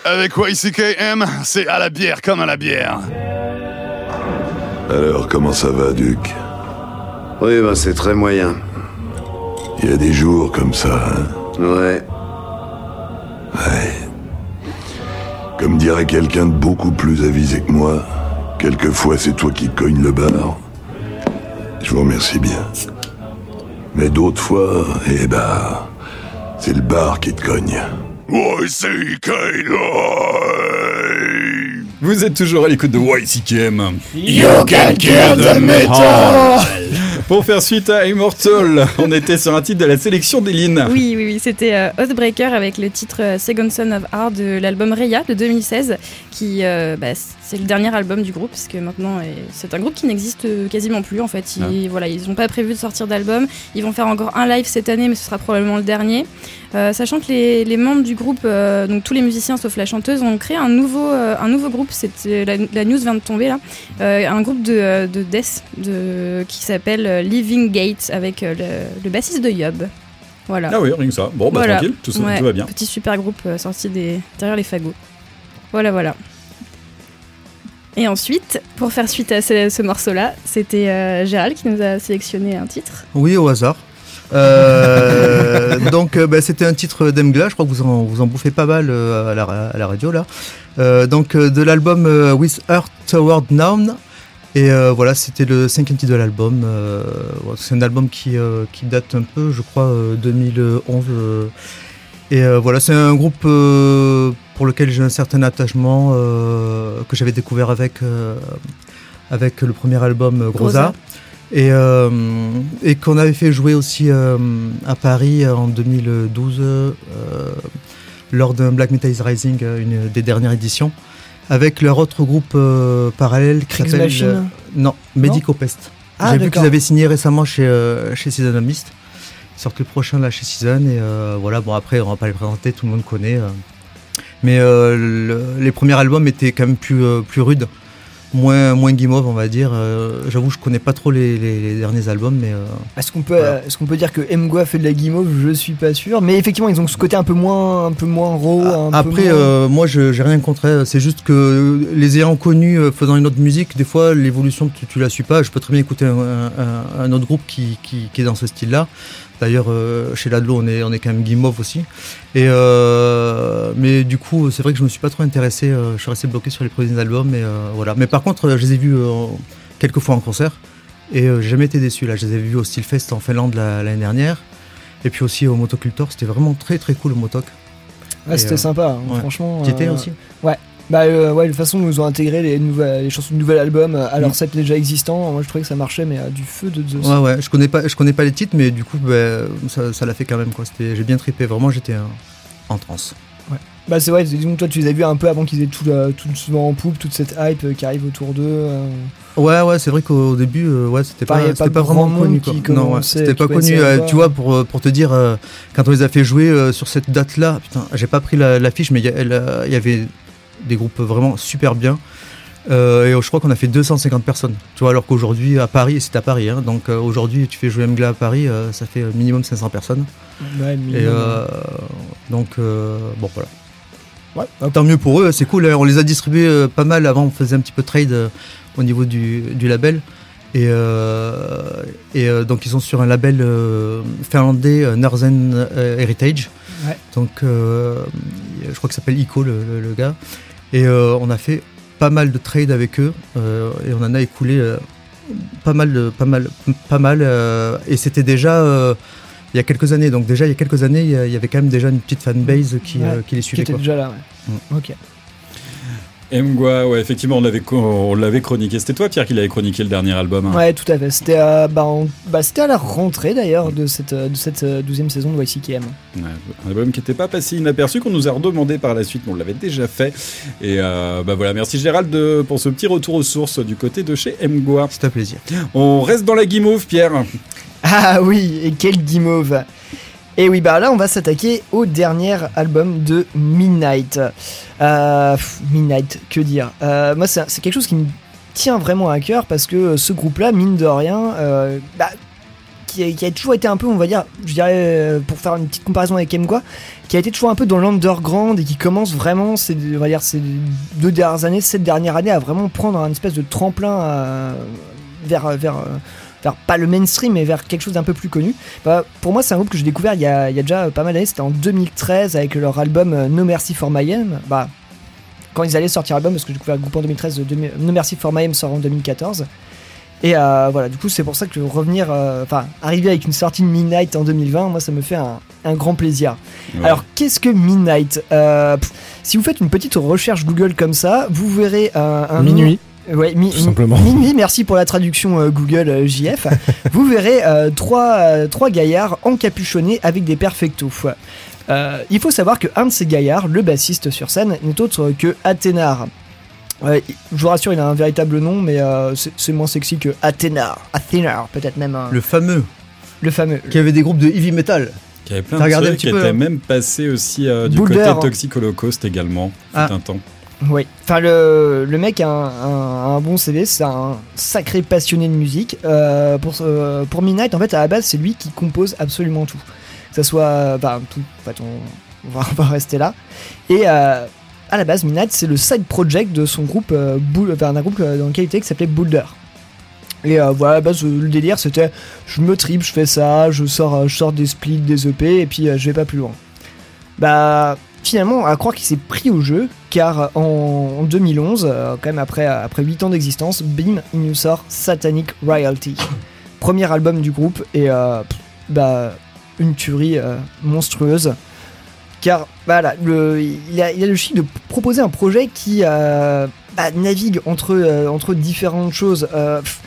Avec Y C K M, c'est à la bière comme à la bière. Alors, comment ça va, Duc? Oui, bah c'est très moyen. Il y a des jours comme ça, hein? Ouais. Ouais. Comme dirait quelqu'un de beaucoup plus avisé que moi, quelquefois c'est toi qui cognes le bar. Je vous remercie bien. Mais d'autres fois, eh ben, c'est le bar qui te cogne. Y C K M. Vous êtes toujours à l'écoute de Y C K M. You can kill the metal. Pour faire suite à Immortal, on était sur un titre de la sélection d'Eline. Oui, oui, oui, c'était euh, Oathbreaker avec le titre euh, Second Son of Art de l'album Reya de deux mille seize, qui euh, bah, c'est le dernier album du groupe, parce que maintenant euh, c'est un groupe qui n'existe quasiment plus en fait. Ils, ah. voilà, ils n'ont pas prévu de sortir d'album. Ils vont faire encore un live cette année, mais ce sera probablement le dernier. Euh, sachant que les, les membres du groupe, euh, donc tous les musiciens sauf la chanteuse, ont créé un nouveau, euh, un nouveau groupe. C'était, la, la news vient de tomber là, euh, un groupe de, de death de, qui s'appelle Living Gate avec euh, le, le bassiste de Yob. Voilà. Ah oui, rien que ça. Bon, bah voilà. tranquille, tout, ça, ouais, tout va bien. Petit super groupe euh, sorti des, derrière les fagots. Voilà, voilà. Et ensuite, pour faire suite à ce, ce morceau-là, c'était euh, Gérald qui nous a sélectionné un titre. Oui, au hasard. Euh, donc euh, bah, c'était un titre d'Emgla, je crois que vous en, vous en bouffez pas mal euh, à, la, à la radio là. Euh, donc euh, de l'album euh, With Earth Toward Now. Et euh, voilà, c'était le cinquième titre de l'album. Euh, c'est un album qui, euh, qui date un peu, je crois, euh, deux mille onze. Euh, et euh, voilà, c'est un groupe euh, pour lequel j'ai un certain attachement, euh, que j'avais découvert avec, euh, avec le premier album Groza. Groza. Et, euh, et qu'on avait fait jouer aussi euh, à Paris en deux mille douze euh, lors d'un Black Metal is Rising, une des dernières éditions, avec leur autre groupe euh, parallèle qui s'appelle euh, non, Medicopest. Ah, J'ai d'accord. vu qu'ils avaient signé récemment chez, euh, chez Season of Mist. Ils sortent le prochain là chez Season et euh, voilà, bon après on va pas les présenter, tout le monde connaît. Euh. Mais euh, le, les premiers albums étaient quand même plus, euh, plus rudes. Moins, moins guimauve, on va dire. Euh, j'avoue, je connais pas trop les, les, les derniers albums, mais. Euh, est-ce qu'on peut, voilà. euh, est-ce qu'on peut dire que Mgwa fait de la guimauve? Je suis pas sûr, mais effectivement, ils ont ce côté un peu moins, un peu moins raw. Un Après, peu moins... euh, moi, je, j'ai rien contre. C'est juste que les ayant connus euh, faisant une autre musique, des fois, l'évolution, tu, tu la suis pas. Je peux très bien écouter un, un, un autre groupe qui, qui, qui est dans ce style-là. D'ailleurs, euh, chez Ladlo, on est, on est quand même guimauve aussi. Et euh, mais du coup, c'est vrai que je me suis pas trop intéressé. Euh, je suis resté bloqué sur les premiers albums. Et, euh, voilà. Mais par contre, je les ai vus euh, quelques fois en concert. Et euh, j'ai jamais été déçu. Là, je les ai vus au Steelfest en Finlande la, l'année dernière. Et puis aussi au Motocultor. C'était vraiment très très cool, le Motoc. Ouais, c'était euh, sympa, hein, ouais. franchement. Tu étais euh, aussi? Ouais. Bah euh, ouais, de toute façon, ils nous ont intégré les, nouvelles, les chansons du nouvel album à leur set déjà existant. Moi, je trouvais que ça marchait, mais à du feu de Zeus. Ouais, ouais, je connais pas, je connais pas les titres, mais du coup, bah, ça, ça l'a fait quand même, quoi. C'était, j'ai bien trippé, vraiment, j'étais en, en transe. Ouais. Bah c'est vrai, disons que toi, tu les as vus un peu avant qu'ils aient tout, euh, tout souvent en poupe, toute cette hype euh, qui arrive autour d'eux. Euh... Ouais, ouais, c'est vrai qu'au début, euh, ouais, c'était pas, Pareil, c'était pas, pas vraiment connu, quoi. Non, ouais, c'était c'était pas connu. Euh, tu vois, pour pour te dire, euh, quand on les a fait jouer euh, sur cette date-là, putain, j'ai pas pris la, l'affiche, mais il y, y avait des groupes vraiment super bien. Euh, et je crois qu'on a fait deux cent cinquante personnes. Tu vois, alors qu'aujourd'hui à Paris, c'est à Paris, hein, donc euh, aujourd'hui tu fais jouer Mgla à Paris, euh, ça fait minimum cinq cents personnes. Ouais, minimum. Et euh, donc euh, bon voilà. Ouais, hop. Tant mieux pour eux, c'est cool. Hein, on les a distribués euh, pas mal. Avant, on faisait un petit peu de trade euh, au niveau du, du label. Et, euh, et euh, donc ils sont sur un label euh, finlandais, euh, Northern euh, Heritage. Ouais. Donc euh, je crois que ça s'appelle Ico le, le, le gars. Et euh, on a fait pas mal de trades avec eux euh, et on en a écoulé euh, pas mal, de, pas mal, pas mal. Euh, et c'était déjà euh, il y a quelques années. Donc déjà il y a quelques années, il y, il y avait quand même déjà une petite fanbase qui, ouais, euh, qui les suivait. Qui était quoi. déjà là. Ouais. Mm. Ok. Mgwa, ouais, effectivement, on l'avait, on l'avait chroniqué. C'était toi, Pierre, qui l'avait chroniqué le dernier album. Hein. Ouais, tout à fait. C'était, euh, bah, on, bah, c'était à la rentrée d'ailleurs de cette, de cette douzième saison de Y C K M. Ouais, un album qui n'était pas passé inaperçu, qu'on nous a redemandé par la suite, mais on l'avait déjà fait. Et euh, bah voilà, merci Gérald de, pour ce petit retour aux sources du côté de chez Mgwa. C'est un plaisir. On reste dans la guimauve, Pierre. Ah oui, et quel guimauve. Et oui, bah là on va s'attaquer au dernier album de Midnight. Euh, pff, Midnight, que dire. euh, Moi c'est, c'est quelque chose qui me tient vraiment à cœur parce que ce groupe-là, mine de rien, euh, bah, qui, qui a toujours été un peu, on va dire, je dirais, euh, pour faire une petite comparaison avec Emgwa, qui a été toujours un peu dans l'underground et qui commence vraiment, c'est, on va dire, ces deux dernières années, cette dernière année, à vraiment prendre un espèce de tremplin à, vers, vers, vers, pas le mainstream, mais vers quelque chose d'un peu plus connu. Bah, pour moi, c'est un groupe que j'ai découvert il y a, il y a déjà pas mal d'années, c'était en deux mille treize avec leur album No Mercy for My Aim. Bah, quand ils allaient sortir l'album, parce que j'ai découvert le groupe en deux mille treize, No Mercy for My Aim sort en deux mille quatorze. Et euh, voilà, du coup, c'est pour ça que revenir, enfin, euh, arriver avec une sortie de Midnight en deux mille vingt, moi, ça me fait un, un grand plaisir. Ouais. Alors, qu'est-ce que Midnight euh, pff, Si vous faites une petite recherche Google comme ça, vous verrez euh, un minuit. Nom, ouais, mi- tout simplement. Minuit. Merci pour la traduction euh, Google euh, J F. Vous verrez euh, trois, euh, trois gaillards encapuchonnés avec des perfectos. Euh, il faut savoir que un de ces gaillards, le bassiste sur scène, n'est autre que Athénar. Ouais, je vous rassure, il a un véritable nom, mais euh, c'est, c'est moins sexy que Athénar. Athénar, peut-être même. Un... Le fameux. Le fameux. Qui avait des groupes de heavy metal. Qui avait plein T'as de trucs, qui était hein. même passé aussi euh, du Boulder, côté Toxic Holocaust également, ah. tout un temps. Oui, enfin le, le mec a un, un, un bon C V, c'est un sacré passionné de musique. Euh, pour, euh, pour Midnight, en fait, à la base, c'est lui qui compose absolument tout. Que ça soit. Bah, tout. En fait, on, on, va, on va rester là. Et. Euh, à la base, Midnight, c'est le side project de son groupe, euh, Bull, enfin, d'un groupe euh, dans lequel il était qui s'appelait Boulder. Et euh, voilà, à la base, le délire, c'était je me tripe, je fais ça, je sors, euh, je sors des splits, des E P, et puis euh, je vais pas plus loin. Bah, finalement, à croire qu'il s'est pris au jeu, car en, en deux mille onze, euh, quand même après, après huit ans d'existence, bim, il nous sort Satanic Royalty. Premier album du groupe, et euh, pff, bah, une tuerie euh, monstrueuse. Car voilà, le, il, a, il a le chic de proposer un projet qui euh, bah, navigue entre, euh, entre différentes choses. Euh, pff,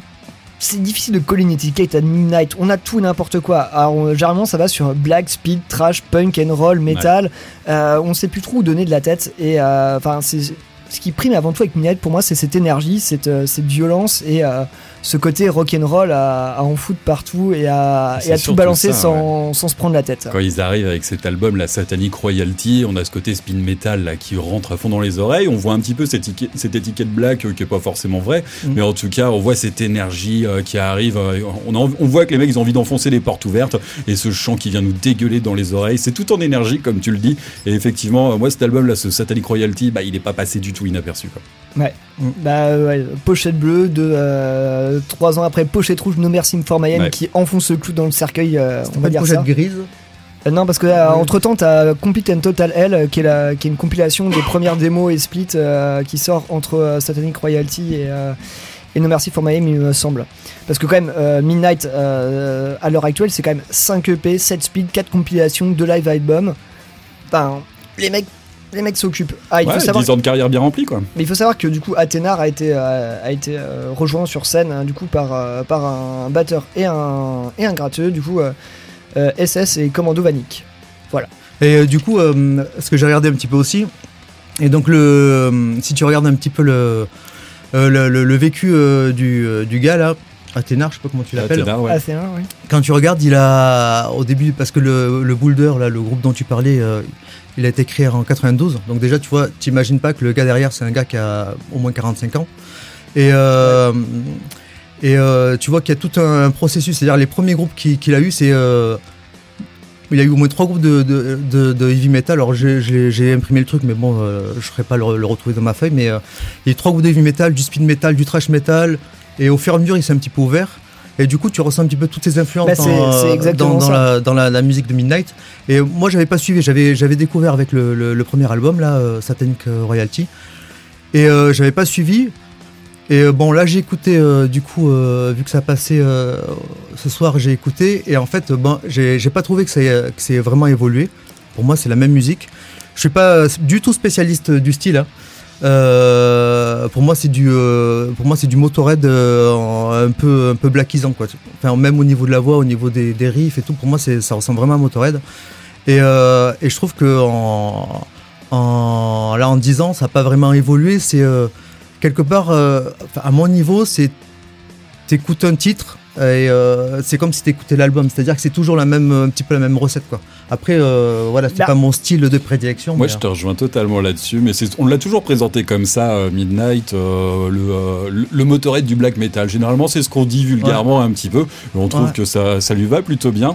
c'est difficile de coller une étiquette à Midnight. On a tout et n'importe quoi. Alors, on, généralement, ça va sur black, speed, trash, punk and roll, metal. Ouais. Euh, on sait plus trop où donner de la tête. Et enfin, euh, c'est ce qui prime avant tout avec Midnight pour moi, c'est cette énergie, cette, cette violence et euh, ce côté rock'n'roll à, à en foutre partout et à, et à tout balancer ça, sans, ouais. sans se prendre la tête. Quand ils arrivent avec cet album, la Satanic Royalty, on a ce côté spin metal là, qui rentre à fond dans les oreilles. On voit un petit peu cette étiquette, cette étiquette black euh, qui est pas forcément vraie, mmh. mais en tout cas, on voit cette énergie euh, qui arrive. Euh, on, a, on voit que les mecs ils ont envie d'enfoncer les portes ouvertes et ce chant qui vient nous dégueuler dans les oreilles. C'est tout en énergie, comme tu le dis. Et effectivement, euh, moi cet album là, ce Satanic Royalty, bah, il est pas passé du tout inaperçu. Quoi. Ouais. Mmh. Bah ouais, pochette bleue de euh, trois ans après pochette rouge No Mercy for My Aim ouais. qui enfonce le clou dans le cercueil. Euh, on va dire pochette ça. Grise. Euh, non parce que euh, oui. entre temps t'as Complete and Total Hell qui est la, qui est une compilation des premières démos et splits euh, qui sort entre euh, Satanic Royalty et euh, et No Mercy for My Aim il me semble. Parce que quand même euh, Midnight euh, à l'heure actuelle c'est quand même cinq E P, sept splits, quatre compilations, deux live albums. Enfin les mecs Les mecs s'occupent. Ah, il ouais, faut savoir dix ans de carrière bien remplie, quoi. Mais il faut savoir que du coup, Athénar a été, euh, a été euh, rejoint sur scène hein, du coup par, euh, par un batteur et un, et un gratteux, du coup, euh, euh, S S et Commando Vanik. Voilà. Et euh, du coup, euh, ce que j'ai regardé un petit peu aussi, et donc le, euh, si tu regardes un petit peu le, euh, le, le, le vécu euh, du, euh, du gars là, Athénar, je sais pas comment tu l'appelles. Athénar, ouais. Athénar, oui. Quand tu regardes, il a au début, parce que le, le Boulder, là, le groupe dont tu parlais, euh, il a été créé en quatre-vingt-douze. Donc déjà, tu vois, t'imagines pas que le gars derrière, c'est un gars qui a au moins quarante-cinq ans. Et, euh, ouais. et euh, tu vois qu'il y a tout un, un processus. C'est-à-dire les premiers groupes qu'il, qu'il a eu, c'est euh, il y a eu au moins trois groupes de, de, de, de heavy metal. Alors j'ai, j'ai, j'ai imprimé le truc, mais bon, euh, je ne ferai pas le, le retrouver dans ma feuille. Mais euh, il y a eu trois groupes de heavy metal, du speed metal, du thrash metal. Et au fur et à mesure, il s'est un petit peu ouvert. Et du coup, tu ressens un petit peu toutes ces influences bah, c'est, c'est dans, dans, la, dans la, la musique de Midnight. Et moi, j'avais pas suivi. J'avais, j'avais découvert avec le, le, le premier album, là, euh, Satanic Royalty. Et euh, j'avais pas suivi. Et euh, bon, là, j'ai écouté, euh, du coup, euh, vu que ça passait euh, ce soir, j'ai écouté. Et en fait, bon, j'ai, j'ai pas trouvé que, ça, que c'est vraiment évolué. Pour moi, c'est la même musique. Je suis pas du tout spécialiste du style, hein. Euh, pour moi c'est du euh, pour moi c'est du Motorhead euh, un peu un peu blackisant quoi. Enfin même au niveau de la voix, au niveau des, des riffs et tout, pour moi c'est ça ressemble vraiment à Motorhead. Et euh, et je trouve que en, en là en dix ans ça n'a pas vraiment évolué. C'est euh, quelque part euh, à mon niveau c'est t'écoutes un titre Et euh, c'est comme si t'écoutais l'album, c'est-à-dire que c'est toujours la même, un petit peu la même recette, quoi. Après, euh, voilà, c'est bah, pas mon style de prédilection. Moi, mais, je te rejoins totalement là-dessus, mais c'est, on l'a toujours présenté comme ça, euh, Midnight, euh, le, euh, le, le Motorhead du black metal. Généralement, c'est ce qu'on dit vulgairement ouais. un petit peu, mais on trouve ouais. que ça, ça lui va plutôt bien.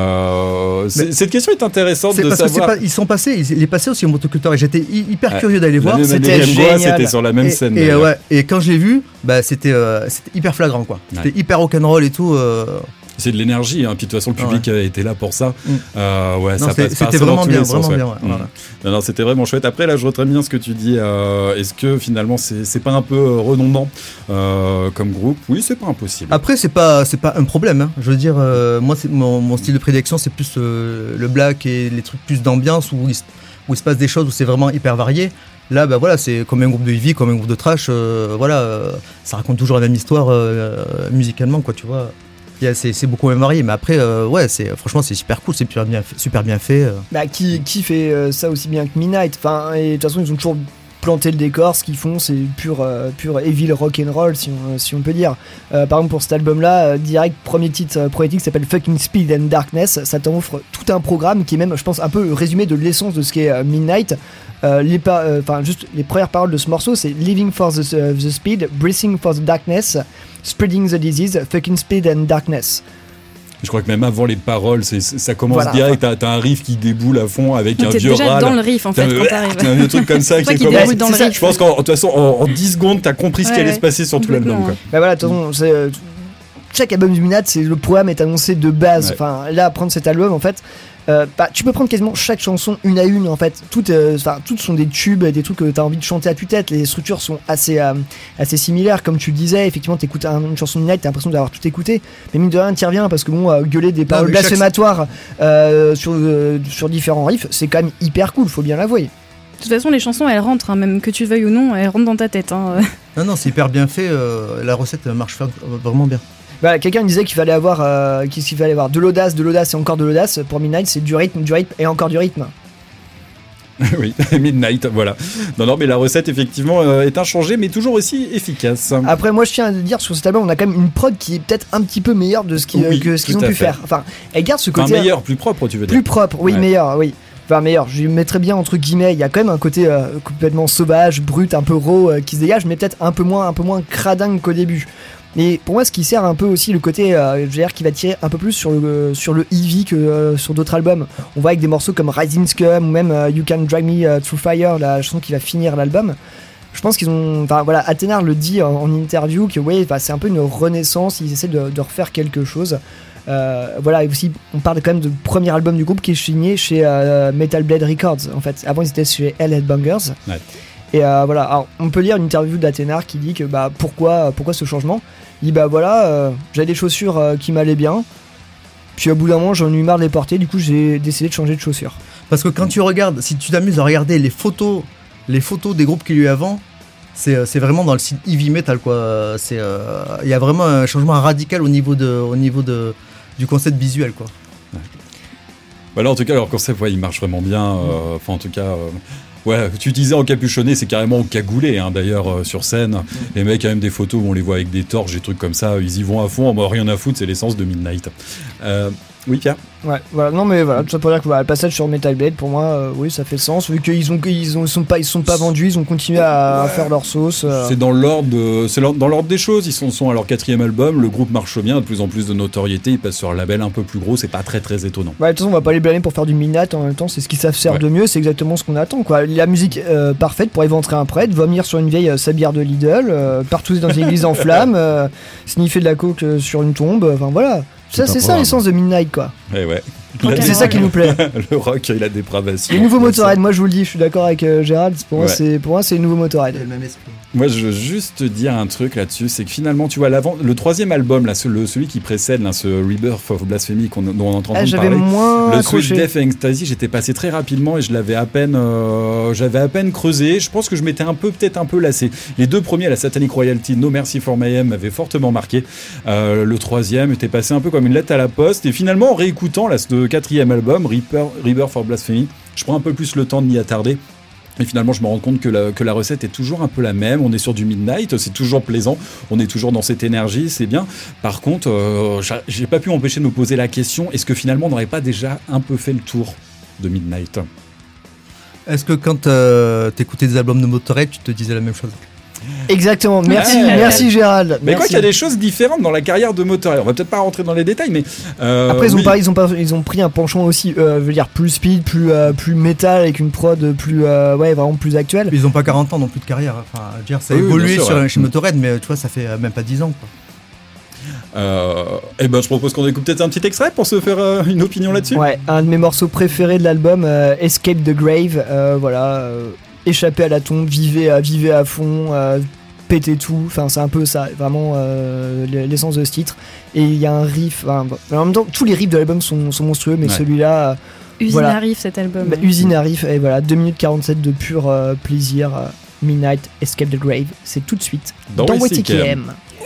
Euh, c'est, cette question est intéressante c'est de parce savoir. Que c'est pas, ils sont passés, il est passé aussi au Motoculteur et j'étais hyper ouais. curieux d'aller la voir. Même c'était génial. C'était sur la même et, scène. Et, ouais, et quand je l'ai vu, bah, c'était, euh, c'était hyper flagrant, quoi. Ouais. C'était hyper rock'n'roll et tout. Euh... C'est de l'énergie, hein. Puis de toute façon, le public ouais. était là pour ça. Mm. Euh, ouais, non, ça passe c'était vraiment bien, vraiment sens, bien. Ouais. Ouais, voilà. Non, non, c'était vraiment chouette. Après, là, je retraite bien ce que tu dis. Euh, est-ce que finalement, c'est, c'est pas un peu redondant euh, comme groupe ? Oui, c'est pas impossible. Après, c'est pas, c'est pas un problème. Hein. Je veux dire, euh, moi, c'est, mon, mon style de prédilection, c'est plus euh, le black et les trucs plus d'ambiance où il, où il se passe des choses où c'est vraiment hyper varié. Là, bah voilà, c'est comme un groupe de heavy, comme un groupe de trash. Euh, voilà, euh, ça raconte toujours la même histoire euh, musicalement, quoi, tu vois. C'est, c'est beaucoup même varié, mais après, euh, ouais, c'est, franchement, c'est super cool, c'est super bien fait. Super bien fait euh. Bah, qui, qui fait euh, ça aussi bien que Midnight enfin, et de toute façon, ils ont toujours planté le décor, ce qu'ils font, c'est pur, euh, pur evil rock'n'roll, si on, si on peut dire. Euh, par exemple, pour cet album-là, euh, direct, premier titre, euh, premier titre s'appelle Fucking Speed and Darkness. Ça t'offre tout un programme qui est même, je pense, un peu résumé de l'essence de ce qu'est euh, Midnight. Euh, les, pa- euh, juste les premières paroles de ce morceau, c'est Living for the, uh, the speed, Breathing for the darkness, Spreading the disease, Fucking speed and darkness. Je crois que même avant les paroles, c'est, ça commence voilà, direct. T'as, t'as un riff qui déboule à fond avec donc un t'es vieux déjà râle. dans le riff en fait t'as quand t'arrives. T'as un truc comme ça qui commence. Dans le riff. Je pense qu'en de toute façon, en, en dix secondes, t'as compris ce ouais, qui allait ouais, se passer sur tout l'album. Quoi. Bah voilà, de toute façon, c'est, euh, chaque album du Midnight, c'est le programme est annoncé de base. Ouais. Enfin, là, prendre cet album, en fait. Euh, bah, tu peux prendre quasiment chaque chanson une à une en fait. Toutes, euh, toutes sont des tubes, des trucs que t'as envie de chanter à tue-tête. Les structures sont assez, euh, assez similaires, comme tu le disais. Effectivement, t'écoutes un, une chanson de Midnight, t'as l'impression d'avoir tout écouté. Mais mine de rien, t'y reviens parce que bon, euh, gueuler des paroles blasphématoires euh, sur, euh, sur différents riffs, c'est quand même hyper cool, faut bien l'avouer. De toute façon, les chansons elles rentrent, hein, même que tu le veuilles ou non, elles rentrent dans ta tête. Hein. Non, non, c'est hyper bien fait. Euh, la recette marche vraiment bien. Bah, quelqu'un disait qu'il fallait avoir euh, qu'il fallait avoir de l'audace, de l'audace et encore de l'audace. Pour Midnight, c'est du rythme, du rythme et encore du rythme. Oui, Midnight, voilà. Non, non, mais la recette effectivement euh, est inchangée, mais toujours aussi efficace. Après, moi, je tiens à dire sur cet album, on a quand même une prod qui est peut-être un petit peu meilleure de ce qui, oui, euh, que ce qu'ils ont pu fait. faire. Enfin, elle garde ce côté. Enfin, meilleur, plus propre, tu veux dire. Plus propre, oui, ouais. meilleur, oui. Enfin, meilleur. Je mettrais bien entre guillemets. Il y a quand même un côté euh, complètement sauvage, brut, un peu raw euh, qui se dégage, mais peut-être un peu moins, un peu moins cradingue qu'au début. Et pour moi, ce qui sert un peu aussi le côté, euh, je veux dire, qui va tirer un peu plus sur le sur le heavy que euh, sur d'autres albums. On voit avec des morceaux comme Rising Scum ou même euh, You Can Drag Me uh, Through Fire, la chanson qui va finir l'album. Je pense qu'ils ont, enfin voilà, Athénard le dit en, en interview que ouais, bah, c'est un peu une renaissance. Ils essaient de, de refaire quelque chose. Euh, voilà, et aussi, on parle quand même du premier album du groupe qui est signé chez euh, Metal Blade Records. En fait, avant ils étaient chez Hell Headbangers. Ouais. Et euh, voilà, alors, on peut lire une interview d'Athénard qui dit que bah pourquoi, pourquoi ce changement. Il dit bah voilà, euh, j'avais des chaussures euh, qui m'allaient bien, puis au bout d'un moment j'en ai eu marre de les porter, du coup j'ai décidé de changer de chaussures. Parce que quand tu regardes, si tu t'amuses à regarder les photos, les photos des groupes qu'il y a eu avant, c'est, c'est vraiment dans le style heavy metal quoi. C'est, il euh, y a vraiment un changement radical au niveau de, au niveau de, du concept visuel quoi. Ouais. Voilà, en tout cas leur concept ouais, il marche vraiment bien. Euh, enfin en tout cas. Euh... Ouais, tu disais encapuchonné, c'est carrément encagoulé hein, d'ailleurs euh, sur scène. Mmh. Les mecs, quand même des photos où on les voit avec des torches, des trucs comme ça, ils y vont à fond, bon, rien à foutre, c'est l'essence de Midnight. Euh, oui, Pierre ? Ouais, voilà, non mais voilà, tout ça pour dire que voilà, le passage sur Metal Blade, pour moi, euh, oui, ça fait sens, vu qu'ils ont, ils ont, ils sont pas, ils sont pas vendus, ils ont continué à, ouais. à faire leur sauce. Euh... C'est dans l'ordre, de, c'est dans l'ordre des choses. Ils sont, sont à leur quatrième album, le groupe marche bien, de plus en plus de notoriété, ils passent sur un label un peu plus gros, c'est pas très très étonnant. Ouais, de toute façon, on va pas les blâmer pour faire du Midnight en même temps, c'est ce qu'ils savent faire ouais. de mieux, c'est exactement ce qu'on attend, quoi. La musique euh, parfaite pour éventrer un prêtre, vomir sur une vieille euh, sablière de Lidl, euh, partout dans une église en flammes, euh, sniffer de la coke euh, sur une tombe, enfin voilà. Ça, c'est, c'est ça l'essence de Midnight, quoi. Ouais, ouais. C'est ça qui nous plaît. Le rock et la dépravation. Les nouveaux Motorhead, moi je vous le dis, je suis d'accord avec euh, Gérald, pour, ouais. moi, c'est, pour moi c'est les nouveaux Motorhead. Le même esprit. Moi je veux juste te dire un truc là-dessus, c'est que finalement, tu vois, l'avant, le troisième album, là, le, celui qui précède, là, ce Rebirth of Blasphemy qu'on, dont on entend ah, parler, moins le accroché. Sweet Death and Ecstasy, j'étais passé très rapidement et je l'avais à peine, euh, j'avais à peine creusé. Je pense que je m'étais un peu, peut-être un peu lassé. Les deux premiers, la Satanic Royalty, No Mercy for Mayhem, m'avaient fortement marqué. Euh, le troisième était passé un peu comme une lettre à la poste. Et finalement, en réécoutant là, ce quatrième album, Reaper, Rebirth for Blasphemy, je prends un peu plus le temps de m'y attarder. Et finalement, je me rends compte que la, que la recette est toujours un peu la même. On est sur du Midnight, c'est toujours plaisant. On est toujours dans cette énergie, c'est bien. Par contre, euh, j'ai pas pu m'empêcher de me poser la question, est-ce que finalement, on n'aurait pas déjà un peu fait le tour de Midnight ? Est-ce que quand euh, t'écoutais des albums de Motorhead, tu te disais la même chose ? Exactement, merci, Ouais. merci Gérald. Mais merci. quoi qu'il y a des choses différentes dans la carrière de Motorhead. On va peut-être pas rentrer dans les détails, mais... euh, Après, ils ont, oui. pas, ils, ont pas, ils ont pris un penchant aussi, euh, je veux dire, plus speed, plus, euh, plus métal, avec une prod plus, euh, ouais, vraiment plus actuelle. Ils ont pas quarante ans non plus de carrière. Enfin, je veux dire, ça a Oui, oui, évolué bien sûr, sur, ouais. chez Motorhead, mais tu vois, ça fait euh, même pas dix ans. Quoi. Euh, et ben, je propose qu'on écoute peut-être un petit extrait pour se faire euh, une opinion là-dessus. Ouais, un de mes morceaux préférés de l'album, euh, Escape the Grave, euh, voilà, euh, échapper à la tombe, vivez à, vivez à fond, euh, péter tout, enfin c'est un peu ça, vraiment euh, l'essence de ce titre. Et il y a un riff, enfin, en même temps, tous les riffs de l'album sont, sont monstrueux, mais Ouais. celui-là... Usine voilà. à riff, cet album. Bah, usine à riff, et voilà, deux minutes quarante-sept de pur euh, plaisir. euh, Midnight, Escape the Grave, c'est tout de suite Dans dans W C K M. W C K M.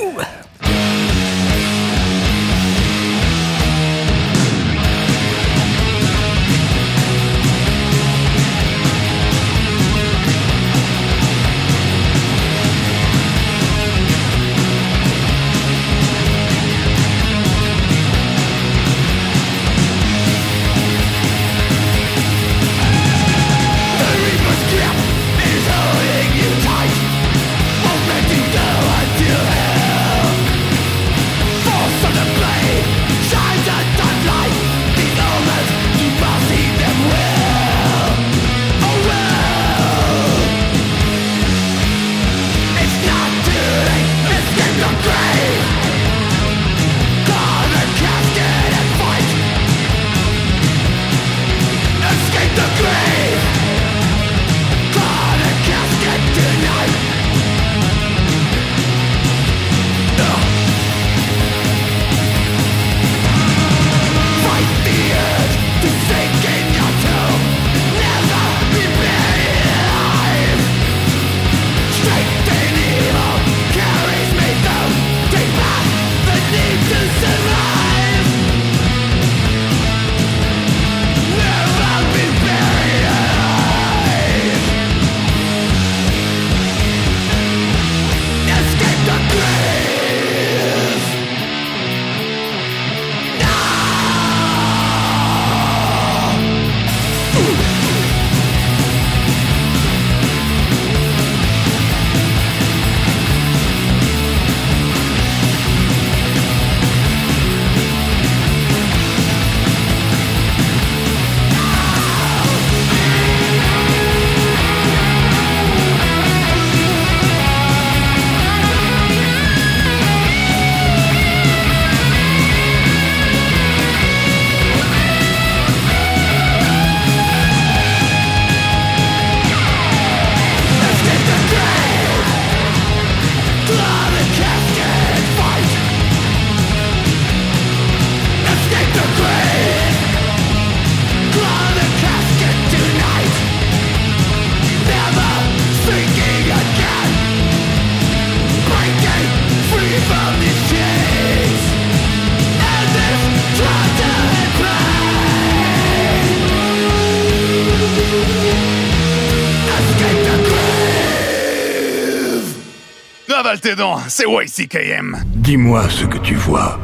Avale tes dents, c'est W C K M. Dis-moi ce que tu vois.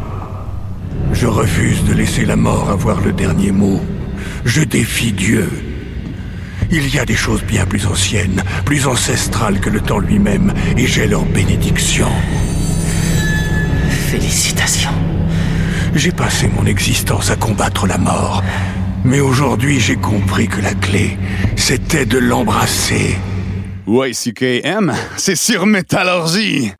Je refuse de laisser la mort avoir le dernier mot. Je défie Dieu. Il y a des choses bien plus anciennes, plus ancestrales que le temps lui-même, et j'ai leur bénédiction. Félicitations. J'ai passé mon existence à combattre la mort. Mais aujourd'hui, j'ai compris que la clé, c'était de l'embrasser. W C K M, c'est sur Métallurgie.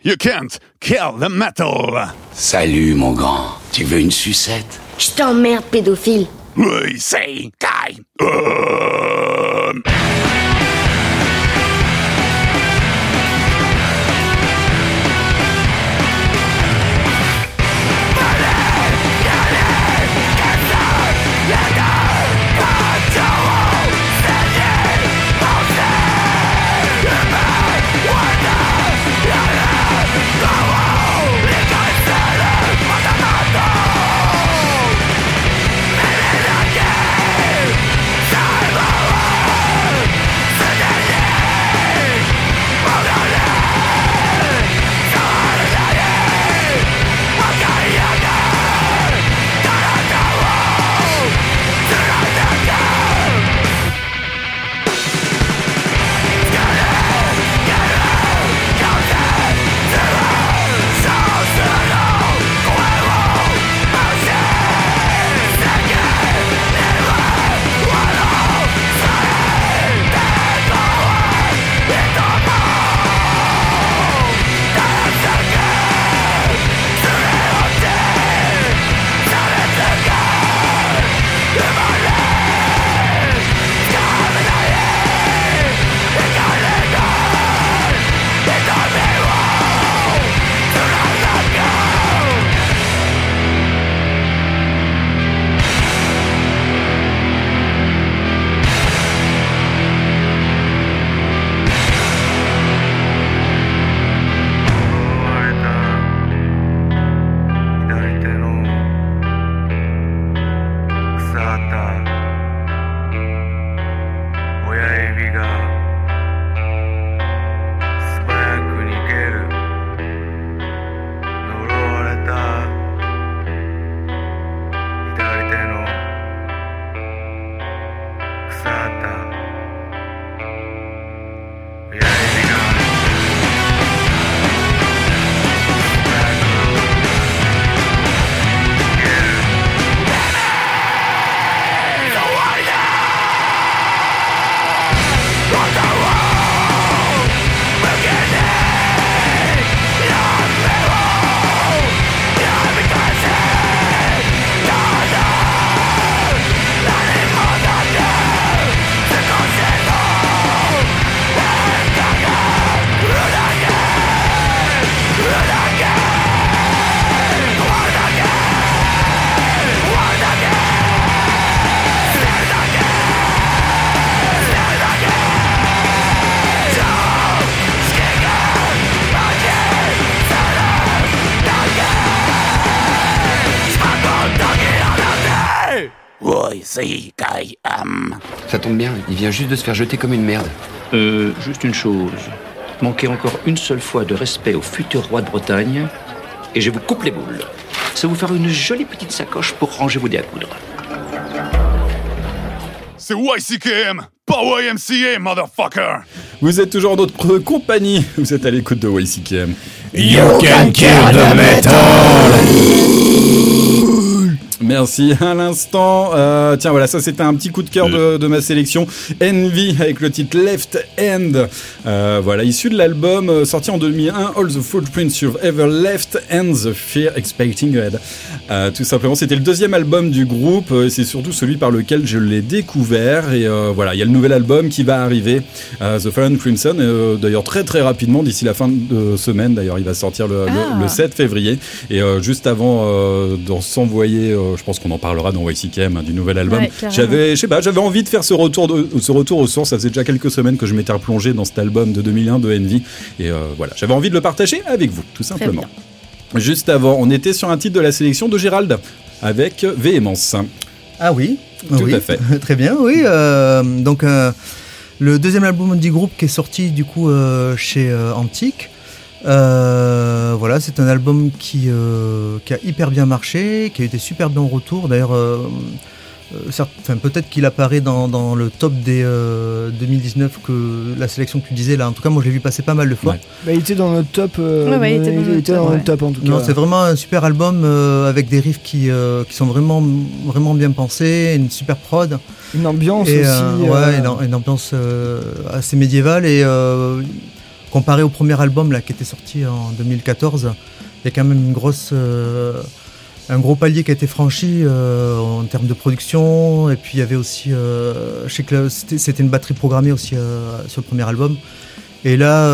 You can't kill the metal. Salut, mon grand. Tu veux une sucette? Je t'emmerde, pédophile. Oui, c'est Kai. Euh... Ça tombe bien, il vient juste de se faire jeter comme une merde. Euh, juste une chose. Manquez encore une seule fois de respect au futur roi de Bretagne, et je vous coupe les boules. Ça va vous faire une jolie petite sacoche pour ranger vos dés à coudre. C'est Y C K M, pas Y M C A, motherfucker. Vous êtes toujours en notre compagnie, vous êtes à l'écoute de Y C K M. You can kill the metal. Merci à l'instant. Euh, tiens, voilà, ça c'était un petit coup de cœur de, de ma sélection. Envy avec le titre Left Hand. Euh, voilà, issu de l'album euh, sorti en deux mille un, All the Footprints You've Ever Left and the Fear Expecting Ahead. Euh, tout simplement, c'était le deuxième album du groupe. Euh, c'est surtout celui par lequel je l'ai découvert. Et euh, voilà, il y a le nouvel album qui va arriver, euh, The Fallen Crimson. Euh, d'ailleurs, très très rapidement, d'ici la fin de semaine. D'ailleurs, il va sortir le, ah. le, le sept février. Et euh, juste avant euh, d'en s'envoyer. Euh, je pense qu'on en parlera dans Y C K M hein, du nouvel album. Ouais, j'avais, je sais pas, j'avais envie de faire ce retour, de, ce retour aux sources. Ça faisait déjà quelques semaines que je m'étais replongé dans cet album de deux mille un de Envy. Et euh, voilà, j'avais envie de le partager avec vous, tout simplement. Juste avant, on était sur un titre de la sélection de Gérald avec Véhémence. Ah oui, tout oui, à fait. Très bien, oui. Euh, donc euh, le deuxième album du groupe qui est sorti du coup euh, chez euh, Antique. Euh, voilà, c'est un album qui, euh, qui a hyper bien marché, qui a été super bien en retour. D'ailleurs, euh, euh, certes, peut-être qu'il apparaît dans, dans le top des euh, deux mille dix-neuf, que la sélection que tu disais là. En tout cas, moi, je l'ai vu passer pas mal de fois. Ouais. Bah, il était dans notre top. Euh, ouais, ouais, il était dans, il était dans ouais. notre top en tout cas. Non, c'est vraiment un super album euh, avec des riffs qui, euh, qui sont vraiment, vraiment bien pensés, une super prod. Une ambiance et, aussi. Euh, euh... Ouais, une, une ambiance euh, assez médiévale et. Euh, comparé au premier album là, qui était sorti en deux mille quatorze, il y a quand même une grosse, euh, un gros palier qui a été franchi euh, en termes de production. Et puis il y avait aussi, euh, je sais que là, c'était, c'était une batterie programmée aussi euh, sur le premier album. Et là,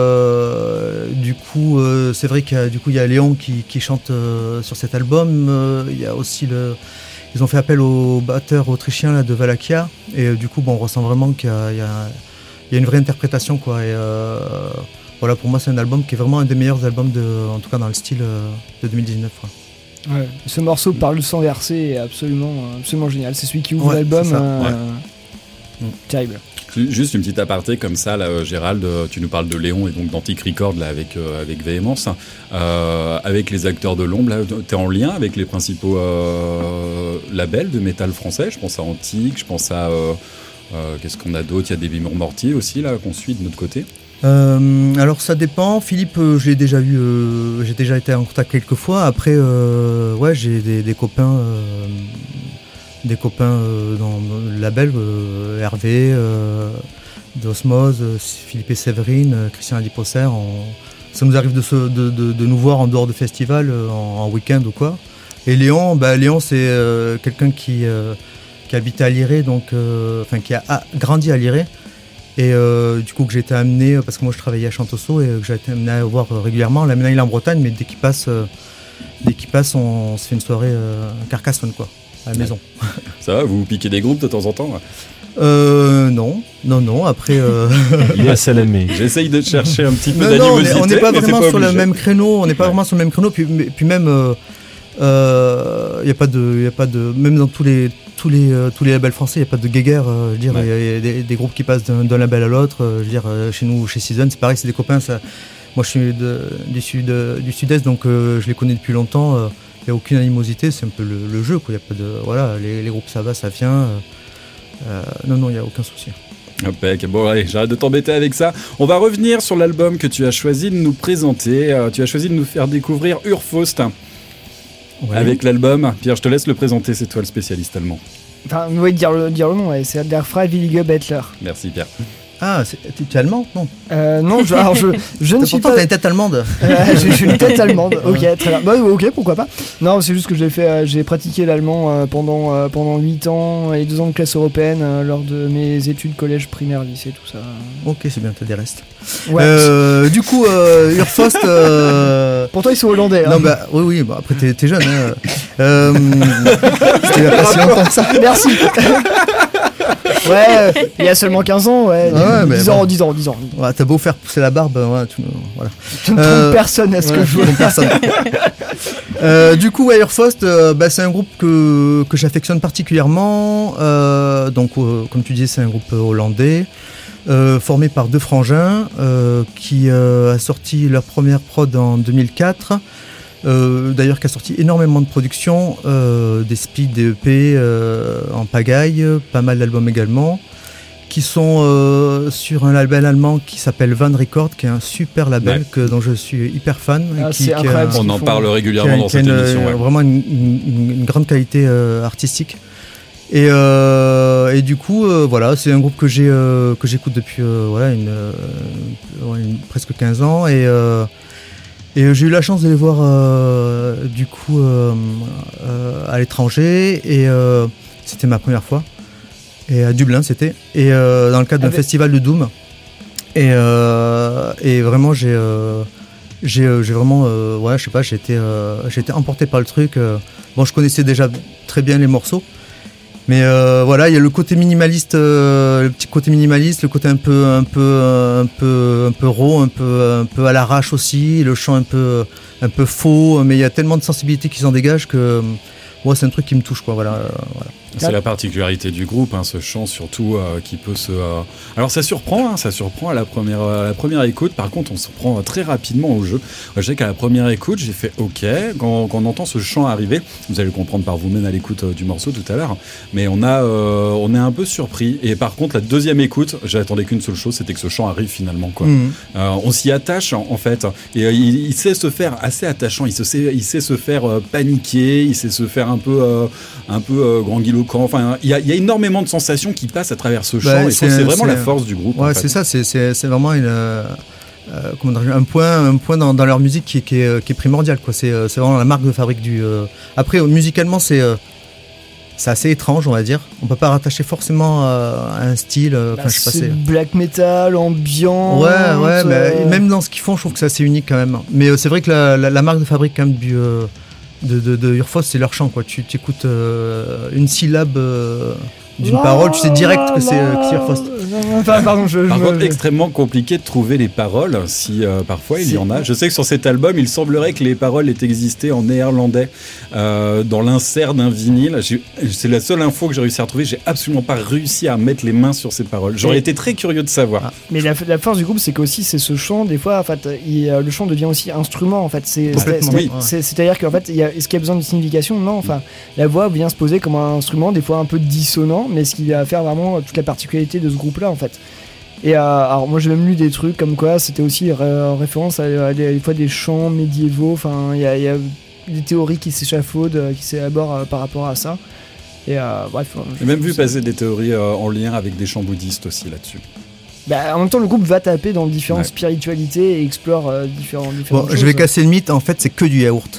euh, du coup, euh, c'est vrai qu'il y a, du coup, il y a Léon qui, qui chante euh, sur cet album. Euh, il y a aussi le, ils ont fait appel au batteur autrichien là, de Valakia. Et euh, du coup, bon, on ressent vraiment qu'il y a, il y a, il y a une vraie interprétation, quoi. Et euh, voilà, pour moi, c'est un album qui est vraiment un des meilleurs albums, de, en tout cas dans le style euh, de deux mille dix-neuf. Quoi. Ouais, ce morceau Parle sans verser est absolument, absolument génial. C'est celui qui ouvre ouais, l'album. Euh, ouais. euh, terrible. Juste une petite aparté comme ça, là, Gérald, tu nous parles de Léon et donc d'Antique Record là, avec, euh, avec Véhémence. Euh, avec les acteurs de l'ombre, tu es en lien avec les principaux euh, labels de métal français. Je pense à Antique, je pense à... Euh, euh, qu'est-ce qu'on a d'autre ? Il y a des Vimor Mortier aussi, là, qu'on suit de notre côté. Euh, alors ça dépend. Philippe, euh, je l'ai déjà vu, euh, j'ai déjà été en contact quelques fois. Après, euh, ouais, j'ai des, des copains... Euh, des copains euh, dans, dans le label, euh, Hervé, euh, d'Osmose, euh, Philippe et Séverine, euh, Christian Adiposer. On... Ça nous arrive de, se, de, de, de nous voir en dehors de festival, euh, en, en week-end ou quoi. Et Léon, bah, Léon c'est euh, quelqu'un qui, euh, qui habitait à Liré, donc, euh, enfin qui a, a grandi à Liré. Et euh, du coup que j'ai été amené, parce que moi je travaillais à Chantosso et que j'ai été amené à voir régulièrement. Là maintenant il est en Bretagne, mais dès qu'il passe, euh, dès qu'il passe on, on se fait une soirée euh, Carcassonne, quoi. À la maison. Ça va, vous vous piquez des groupes de temps en temps là ? Euh, non, non, non, après... Euh... Il est à Salamé. J'essaye de chercher un petit peu non, d'animosité, non, on n'est pas vraiment pas sur le même créneau, on n'est pas ouais. vraiment sur le même créneau, puis, puis même, il euh, n'y a pas de... Y a pas de même dans tous les, tous les, euh, tous les labels français, il n'y a pas de guéguerre, euh, je veux dire, il ouais. y a des, des groupes qui passent d'un, d'un label à l'autre, euh, je veux dire, euh, chez nous, chez Season, c'est pareil, c'est des copains, ça... Moi je suis de, du, sud, du sud-est, donc euh, je les connais depuis longtemps, euh, il n'y a aucune animosité, c'est un peu le, le jeu, quoi. Y a pas de, voilà, les, les groupes ça va, ça vient. Euh, euh, non, non, il n'y a aucun souci. Impec. Bon, allez, j'arrête de t'embêter avec ça. On va revenir sur l'album que tu as choisi de nous présenter. Euh, tu as choisi de nous faire découvrir Urfaust. Ouais. Avec l'album. Pierre, je te laisse le présenter, c'est toi le spécialiste allemand. Enfin, vous voyez dire le, dire le nom, ouais, c'est Der Freiwillige Bettler. Merci Pierre. Ah, c'est, tu es allemand ? Non. Euh, non, je, alors je, je ne suis pourtant, pas... t'as une tête allemande. Euh, j'ai, j'ai une tête allemande, ok, très bien. Bah, ok, pourquoi pas. Non, c'est juste que j'ai, fait, euh, j'ai pratiqué l'allemand euh, pendant, euh, pendant huit ans et deux ans de classe européenne euh, lors de mes études collège, primaire, lycée, tout ça. Ok, c'est bien, t'as des restes. Ouais. Euh, du coup, euh, Urfaust... Euh... Pourtant, ils sont hollandais. Hein. Non, bah, oui, oui, bah, après, t'es, t'es jeune. Hein. Euh, c'était il y a pas si longtemps que ça. Merci. Ouais, euh, il y a seulement quinze ans, ouais. ouais dix ans, dix ans, dix ans. Ouais, t'as beau faire pousser la barbe, ouais, tu, voilà. Je ne euh, trompe personne à ce ouais, que je veux. Personne. euh, du coup, ouais, Urfaust, euh, bah, c'est un groupe que, que j'affectionne particulièrement. Euh, donc, euh, comme tu disais, c'est un groupe hollandais. Euh, formé par deux frangins euh, qui euh, a sorti leur première prod en deux mille quatre. Euh, d'ailleurs qui a sorti énormément de productions, euh, des speed, des E P euh, en pagaille, pas mal d'albums également, qui sont euh, sur un label allemand qui s'appelle Van Record, qui est un super label ouais. que, dont je suis hyper fan. Ah, qui, c'est qui incroyable. A, on en parle régulièrement a, dans cette une, émission. Ouais. Vraiment une, une, une grande qualité euh, artistique. Et, euh, et du coup, euh, voilà, c'est un groupe que, j'ai, euh, que j'écoute depuis euh, voilà, une, euh, une, presque quinze ans. Et, euh, Et j'ai eu la chance de les voir euh, du coup euh, euh, à l'étranger et euh, c'était ma première fois. Et à Dublin c'était. Et euh, dans le cadre d'un Avec... festival de Doom. Et, euh, et vraiment j'ai, euh, j'ai, j'ai vraiment, euh, ouais, je sais pas, j'ai été, euh, j'ai été emporté par le truc. Euh. Bon, je connaissais déjà très bien les morceaux. Mais euh, voilà, il y a le côté minimaliste, euh, le petit côté minimaliste, le côté un peu, un peu, un peu, un peu raw, un peu, un peu à l'arrache aussi, le chant un peu, un peu faux, mais il y a tellement de sensibilité qui s'en dégage que, ouais, c'est un truc qui me touche, quoi. Voilà, euh, voilà. C'est la particularité du groupe, hein, ce chant surtout euh, qui peut se. Euh... Alors ça surprend, hein, ça surprend à la première, à la première écoute. Par contre, on se prend très rapidement au jeu. Je sais qu'à la première écoute, j'ai fait OK. Quand, quand on entend ce chant arriver, vous allez le comprendre par vous-même à l'écoute euh, du morceau tout à l'heure. Mais on a, euh, on est un peu surpris. Et par contre, la deuxième écoute, j'attendais qu'une seule chose, c'était que ce chant arrive finalement, quoi. Mmh. Euh, on s'y attache en, en fait. Et euh, il, il sait se faire assez attachant. Il se sait, il sait se faire euh, paniquer. Il sait se faire un peu, euh, un peu euh, grandiloquent. Enfin, il y, y a énormément de sensations qui passent à travers ce chant. Bah, et c'est, c'est vraiment c'est, la force du groupe. Ouais, en c'est fait. ça. C'est, c'est, c'est vraiment une, euh, comment dire, un point, un point dans, dans leur musique qui, qui, est, qui est primordial, quoi. C'est, c'est vraiment la marque de fabrique du. Euh... Après, musicalement, c'est. Euh... C'est assez étrange, on va dire. On peut pas rattacher forcément à un style. Enfin, bah, je sais pas, c'est c'est black metal, ambiant. Ouais, ouais, mais euh... même dans ce qu'ils font, je trouve que c'est assez unique quand même. Mais euh, c'est vrai que la, la, la marque de fabrique quand même du euh, de, de, de Urfoss, c'est leur chant, quoi. Tu écoutes euh, une syllabe euh, d'une la, parole, tu sais direct que c'est, euh, que c'est Urfoss. Enfin, pardon, je, Par je, contre, je... extrêmement compliqué de trouver les paroles, si euh, parfois il y en a. Je sais que sur cet album, il semblerait que les paroles aient existé en néerlandais euh, dans l'insert d'un vinyle. J'ai, c'est la seule info que j'ai réussi à retrouver. J'ai absolument pas réussi à mettre les mains sur ces paroles. J'aurais Mais... été très curieux de savoir. Ah. Mais la, la force du groupe, c'est qu'aussi c'est ce chant. Des fois, en fait, il, le chant devient aussi instrument. En fait, c'est, c'est, c'est, oui. c'est, c'est-à-dire qu'en fait, il y a, est-ce qu'il y a besoin de signification ? Non. Enfin, la voix vient se poser comme un instrument, des fois un peu dissonant, mais ce qui va faire vraiment toute la particularité de ce groupe-là, en fait. Et euh, alors moi j'ai même lu des trucs comme quoi c'était aussi en référence à, à, à des fois des chants médiévaux. Enfin il y a, y a des théories qui s'échafaudent, qui s'élaborent euh, par rapport à ça. Et euh, bref. J'ai même vu passer des théories euh, en lien avec des chants bouddhistes aussi là-dessus. Bah, en même temps, le groupe va taper dans différentes ouais. spiritualités et explore euh, différents, différentes bon, choses. Je vais casser le mythe, en fait, c'est que du yaourt.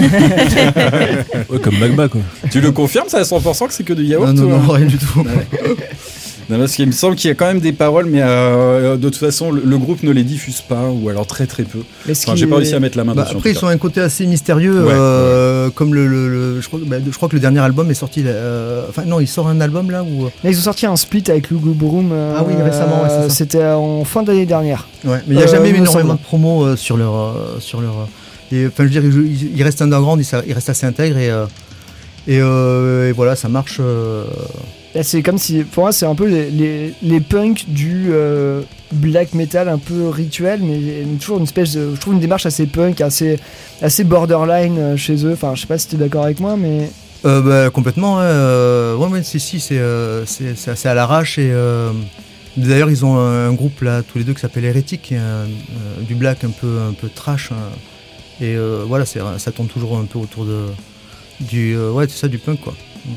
Ouais, comme Magma, quoi. Tu le confirmes, ça à cent pour cent que c'est que du yaourt? Non, non, ou... non, rien du tout. Non, parce qu'il me semble qu'il y a quand même des paroles, mais euh, de toute façon, le, le groupe ne les diffuse pas, ou alors très très peu. Enfin, j'ai pas réussi à mettre la main bah, dessus. Après, ils ont un côté assez mystérieux, ouais, euh, ouais. comme le, le, le je, crois, bah, je crois que le dernier album est sorti. Euh, enfin, non, il sort un album là où. Là, ils ont sorti un split avec Lugu Broom. Euh, ah oui, récemment, ouais, c'est ça. C'était en fin d'année dernière. Ouais, mais il n'y a euh, jamais eu énormément de promos euh, sur leur, euh, sur leur. Et, enfin, je veux dire, il, il reste underground, il, il reste assez intègre et, euh, et, euh, et voilà, ça marche. Euh, C'est comme si, pour moi, c'est un peu les, les, les punks du euh, black metal un peu rituel, mais, mais toujours une espèce de, je trouve une démarche assez punk, assez, assez borderline chez eux. Enfin, je sais pas si tu es d'accord avec moi, mais. Euh, bah, complètement, euh, ouais, ouais, si, si, c'est, euh, c'est, c'est assez à l'arrache. Et euh, d'ailleurs, ils ont un, un groupe là, tous les deux, qui s'appelle Hérétique, euh, du black un peu, un peu trash. Hein, et euh, voilà, c'est, ça tourne toujours un peu autour de, du, euh, ouais, c'est ça, du punk, quoi.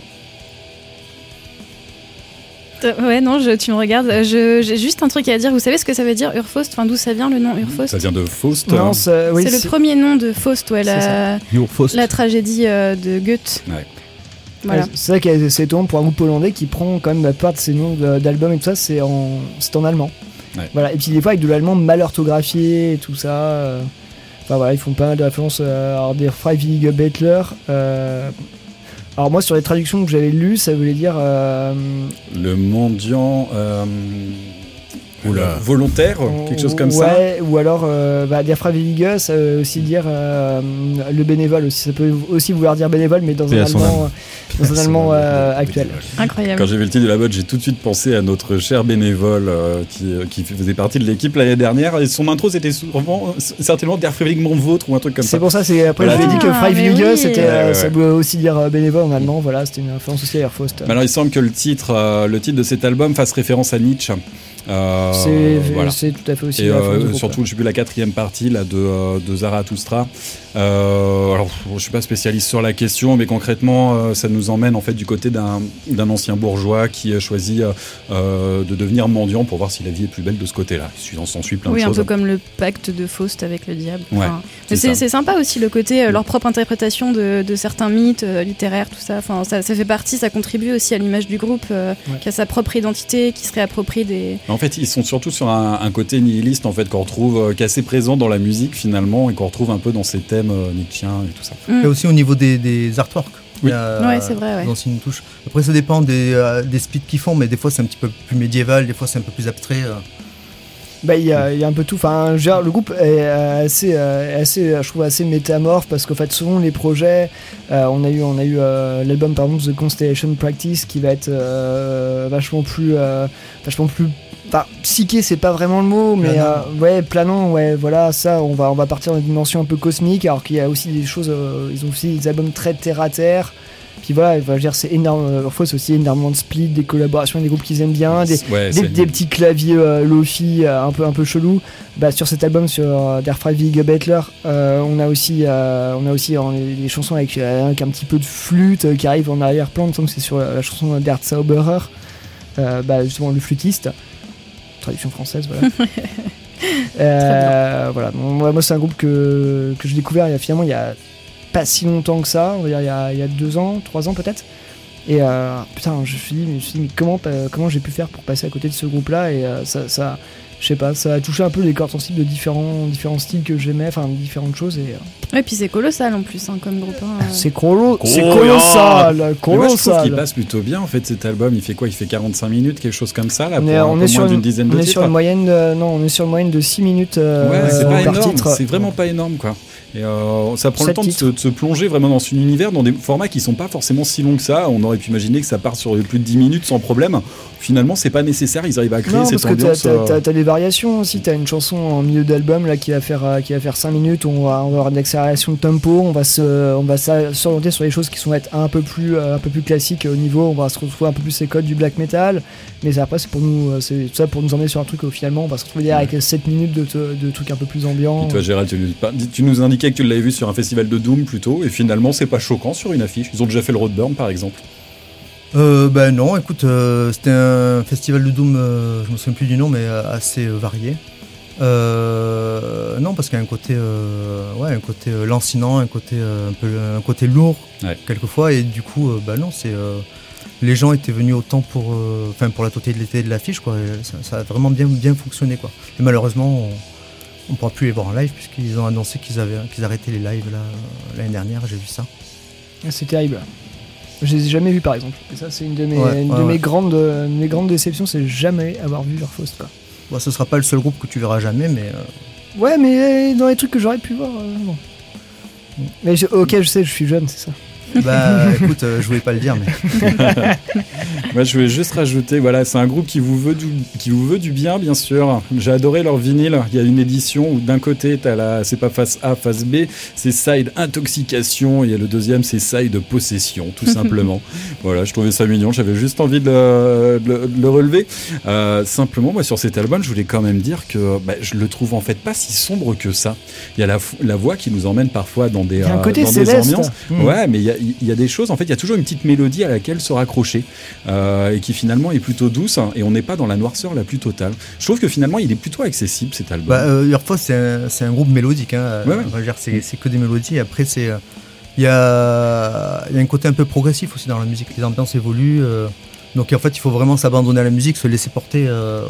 Ouais, non, je, tu me regardes. Je, j'ai juste un truc à dire. Vous savez ce que ça veut dire, Urfaust? Enfin, d'où ça vient le nom Urfaust? Ça vient de Faust. Non, ça, oui, c'est, c'est le premier nom de Faust, ouais, la, la tragédie euh, de Goethe. Ouais. Voilà. Ouais, c'est ça qui est, c'est étonnant pour un groupe hollandais qui prend quand même la part de ses noms d'albums et tout ça, c'est en, c'est en allemand. Ouais. Voilà. Et puis des fois avec de l'allemand mal orthographié et tout ça. Euh, enfin voilà, ils font pas mal de références à des Freiwillige Bettler. Euh, Alors moi sur les traductions que j'avais lues, ça voulait dire euh... le mendiant euh... Oula. volontaire, quelque chose comme ouais, ça. Ouais, ou alors euh, bah, der Freiwillige, ça veut aussi dire euh, le bénévole aussi. Ça peut aussi vouloir dire bénévole, mais dans un allemand, dans un allemand euh, actuel. Incroyable. Quand j'ai vu le titre de la boîte, j'ai tout de suite pensé à notre cher bénévole euh, qui, qui faisait partie de l'équipe l'année dernière. Et son intro, c'était souvent, certainement der Freiwillige Vôtre ou un truc comme c'est ça. C'est pour ça, c'est, après voilà. Je lui ai dit que Freiwillige, oui. c'était, ouais, ouais. ça veut aussi dire bénévole en allemand. Voilà, c'était une référence aussi à Urfaust. Alors il semble que le titre, euh, le titre de cet album fasse référence à Nietzsche. Euh, c'est, voilà. c'est tout à fait aussi. Et euh, groupe, surtout, je sais plus la quatrième partie là de, euh, de Zarathustra. Euh, alors, je suis pas spécialiste sur la question, mais concrètement, euh, ça nous emmène en fait du côté d'un, d'un ancien bourgeois qui a choisi euh, de devenir mendiant pour voir si la vie est plus belle de ce côté-là. Il s'en suit plein oui, de choses. Oui, un peu comme le pacte de Faust avec le diable. Ouais, enfin, c'est, c'est, c'est sympa aussi le côté euh, leur propre interprétation de, de certains mythes euh, littéraires, tout ça. Enfin, ça. Ça fait partie, ça contribue aussi à l'image du groupe euh, ouais. qui a sa propre identité, qui se réapproprie des. En fait, ils sont surtout sur un, un côté nihiliste en fait qu'on retrouve, euh, qui est assez présent dans la musique finalement et qu'on retrouve un peu dans ces thèmes euh, nietzschéens et tout ça. Mm. Et aussi au niveau des, des artworks. Oui, il y a, ouais, c'est vrai. Ouais. Dans une touche. Après, ça dépend des, euh, des splits qu'ils font, mais des fois c'est un petit peu plus médiéval, des fois c'est un peu plus abstrait. Euh. Bah il y a, y a un peu tout. Enfin, genre, le groupe est assez, euh, assez, je trouve assez métamorphe parce qu'en fait, selon les projets, euh, on a eu, on a eu euh, l'album par exemple The Constellation Practice qui va être euh, vachement plus, euh, vachement plus. Enfin, psyché, c'est pas vraiment le mot, mais euh, ouais, planant, ouais, voilà, ça, on va, on va partir dans une dimension un peu cosmique, alors qu'il y a aussi des choses, euh, ils ont aussi des albums très terre à terre. Puis voilà, je veux dire, c'est énorme. Parfois, c'est aussi énormément de splits, des collaborations avec des groupes qu'ils aiment bien, des, ouais, des, des petits claviers euh, lofi euh, un peu un peu chelou. Bah, sur cet album, sur euh, Der Freiwillige Bettler, euh, on a aussi, euh, on a aussi euh, les, les chansons avec, euh, avec un petit peu de flûte euh, qui arrive en arrière-plan. Il me semble que c'est sur la, la chanson Der Zauberer, euh, bah, justement le flûtiste. Traduction française, voilà. Euh, voilà. Bon, moi, moi, c'est un groupe que, que j'ai découvert il y a, finalement il y a pas si longtemps que ça, on va dire il y a, il y a deux ans, trois ans peut-être. Et euh, putain, je me suis dit, je me suis dit mais comment, comment j'ai pu faire pour passer à côté de ce groupe-là et euh, ça, ça, je sais pas, ça a touché un peu les cordes sensibles de différents, différents styles que j'aimais, enfin différentes choses. Et, euh... ouais, puis c'est colossal en plus, hein, comme groupe. Hein. C'est, colo- oh, c'est colossal, Mais colossal. moi, je trouve qu'il passe plutôt bien en fait cet album. Il fait quoi? Il fait quarante-cinq minutes, quelque chose comme ça là, on pour est, un on peu est sur moins une, d'une dizaine de on est titres. sur une moyenne, de, non, on est sur une moyenne de six minutes euh, ouais, c'est euh, pas par énorme, titre. c'est vraiment pas énorme quoi. Et euh, ça prend le temps de se, de se plonger vraiment dans un univers, dans des formats qui sont pas forcément si longs que ça. On aurait pu imaginer que ça part sur plus de dix minutes sans problème. Finalement, c'est pas nécessaire. Ils arrivent à créer non, cette parce ambiance. que t'as, t'as, euh... t'as, t'as des variations aussi. T'as une chanson en milieu d'album là qui va faire euh, qui va faire cinq minutes. On va, on va avoir de l'accélération de tempo. On va se on va s'orienter sur les choses qui sont être un peu plus euh, un peu plus classiques au niveau. On va se retrouver un peu plus ces codes du black metal. Mais après, c'est pour nous, c'est ça pour nous emmener sur un truc où finalement on va se retrouver derrière avec sept minutes de, de trucs un peu plus ambiants. Et toi, Gérald, tu nous, tu nous indiquais que tu l'avais vu sur un festival de Doom plutôt, et finalement, c'est pas choquant sur une affiche. Ils ont déjà fait le Roadburn, par exemple. Euh, ben non, écoute, euh, c'était un festival de Doom, euh, je me souviens plus du nom, mais euh, assez euh, varié. Euh, non, parce qu'il y a un côté, euh, ouais, un côté euh, lancinant, un côté euh, un peu, un côté lourd, ouais. quelquefois, et du coup, euh, bah non, c'est, euh, les gens étaient venus autant pour, enfin, euh, pour la totalité de l'affiche, quoi. Et ça, ça a vraiment bien, bien fonctionné, quoi. Et malheureusement, on ne pourra plus les voir en live puisqu'ils ont annoncé qu'ils avaient, qu'ils arrêtaient les lives là, l'année dernière. J'ai vu ça. C'est terrible. Je les ai jamais vus par exemple. Et ça, c'est une de mes, ouais, une ouais, de ouais. mes grandes, euh, mes grandes déceptions, c'est jamais avoir vu Urfaust, quoi. Bon, ce sera pas le seul groupe que tu verras jamais, mais. Euh... Ouais, mais dans les trucs que j'aurais pu voir. Euh, bon. mm. Mais je, ok, je sais, je suis jeune, c'est ça. Bah écoute, euh, je voulais pas le dire, mais. Moi, je voulais juste rajouter, voilà, c'est un groupe qui vous veut du, qui vous veut du bien, bien sûr. J'ai adoré leur vinyle. Il y a une édition où d'un côté, t'as la, c'est pas face A, face B, c'est side intoxication, et le deuxième, c'est side possession, tout simplement. Voilà, je trouvais ça mignon. J'avais juste envie de le, de le, de le relever. Euh, simplement, moi, sur cet album, je voulais quand même dire que bah, je le trouve en fait pas si sombre que ça. Il y a la, la voix qui nous emmène parfois dans des, il y a un euh, côté dans céleste. des ambiances. Mmh. Ouais, mais il y a il y a des choses, en fait, il y a toujours une petite mélodie à laquelle se raccrocher euh, et qui finalement est plutôt douce hein, et on n'est pas dans la noirceur la plus totale. Je trouve que finalement il est plutôt accessible cet album. Bah, euh, Urfaust, c'est un, c'est un groupe mélodique, hein. Ouais, ouais. On va dire, c'est, c'est que des mélodies. Et après, c'est il y a, y a un côté un peu progressif aussi dans la musique. Les ambiances évoluent, euh, donc en fait, il faut vraiment s'abandonner à la musique, se laisser porter. Euh,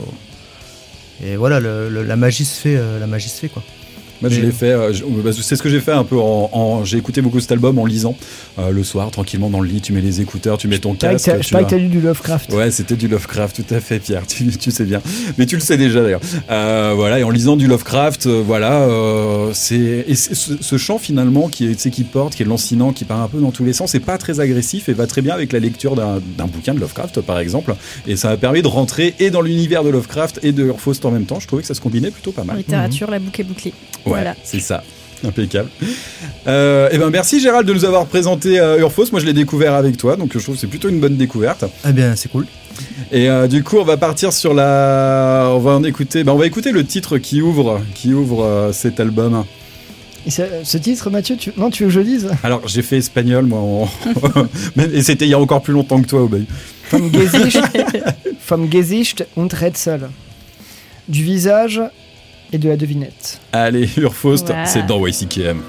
et voilà, le, le, la magie se fait, euh, la magie se fait quoi. Moi, je l'ai fait. Euh, je, c'est ce que j'ai fait un peu. En, en, j'ai écouté beaucoup cet album en lisant euh, le soir, tranquillement dans le lit. Tu mets les écouteurs, tu mets ton casque. Je sais que t'as lu du Lovecraft. Ouais, c'était du Lovecraft, tout à fait, Pierre. Tu, tu sais bien, mais tu le sais déjà d'ailleurs. Euh, voilà, et en lisant du Lovecraft, euh, voilà, euh, c'est, et c'est ce, ce chant finalement qui est, tu sais, qui porte, qui est lancinant, qui part un peu dans tous les sens. C'est pas très agressif et va très bien avec la lecture d'un, d'un bouquin de Lovecraft, par exemple. Et ça m'a permis de rentrer et dans l'univers de Lovecraft et de Urfaust en même temps. Je trouvais que ça se combinait plutôt pas mal. En littérature, mmh. La boucle est bouclée. Ouais, voilà. C'est ça. Impeccable. Euh, et ben merci Gérald de nous avoir présenté euh, Urfaust. Moi je l'ai découvert avec toi, donc je trouve que c'est plutôt une bonne découverte. Eh bien c'est cool. Et euh, du coup on va partir sur la, on va en écouter, ben, on va écouter le titre qui ouvre, qui ouvre euh, cet album. Et ce, ce titre, Mathieu, tu... non tu veux que je le dise ? Alors j'ai fait espagnol moi, en... et c'était il y a encore plus longtemps que toi, Obey. Vom Gesicht, vom Gesicht und Rätsel. Du visage et de la devinette. Allez, Urfaust, wow. C'est dans Y C K M.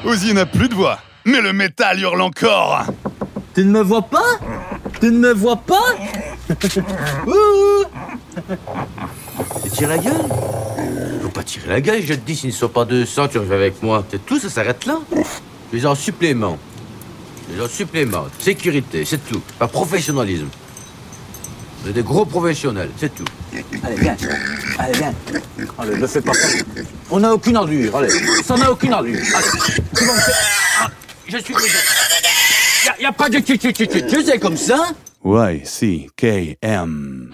Ozzy n'a plus de voix, mais le métal hurle encore. Tu ne me vois pas? Tu ne me vois pas? Ouh. Tu tires la gueule? Faut pas tirer la gueule, je te dis, s'ils ne sont pas deux cents, tu reviens avec moi. C'est tout, ça s'arrête là. Je les en supplément. Je les en supplément. Sécurité, c'est tout. Pas professionnalisme. Vous êtes des gros professionnels, c'est tout. Allez, viens. Allez, viens. Allez, ne fais pas ça. On n'a aucune ordure, allez. Ça n'a aucune ordure. Allez. Tu vas me faire... Ah, je suis désolé. Y a, y a pas de tu tu tu tu tu c'est comme ça? Y C K M.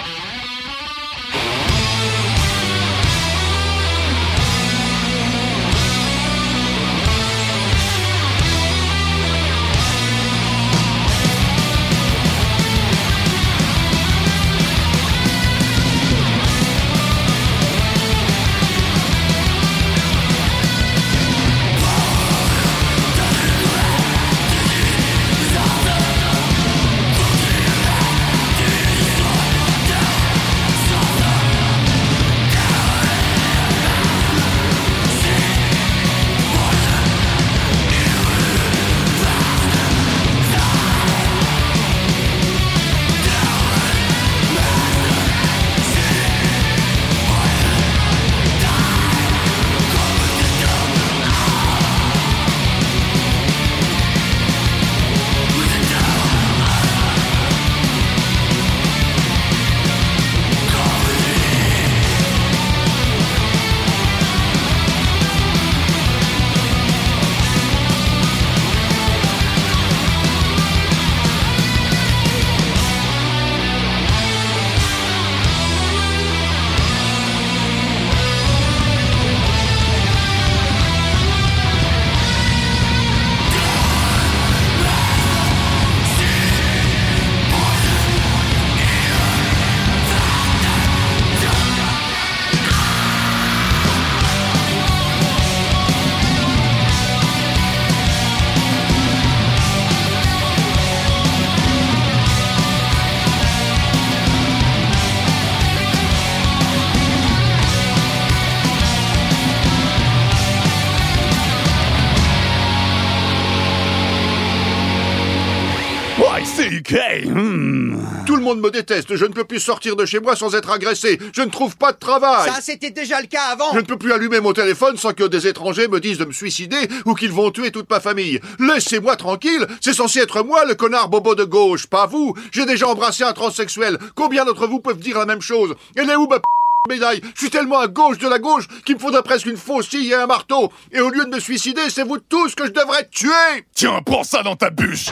Hmm. Tout le monde me déteste, je ne peux plus sortir de chez moi sans être agressé, je ne trouve pas de travail. Ça, c'était déjà le cas avant. Je ne peux plus allumer mon téléphone sans que des étrangers me disent de me suicider ou qu'ils vont tuer toute ma famille. Laissez-moi tranquille, c'est censé être moi le connard bobo de gauche, pas vous. J'ai déjà embrassé un transsexuel, combien d'entre vous peuvent dire la même chose? Elle est où ma p*** médaille? Je suis tellement à gauche de la gauche qu'il me faudrait presque une faucille et un marteau. Et au lieu de me suicider, c'est vous tous que je devrais tuer. Tiens, prends ça dans ta bûche.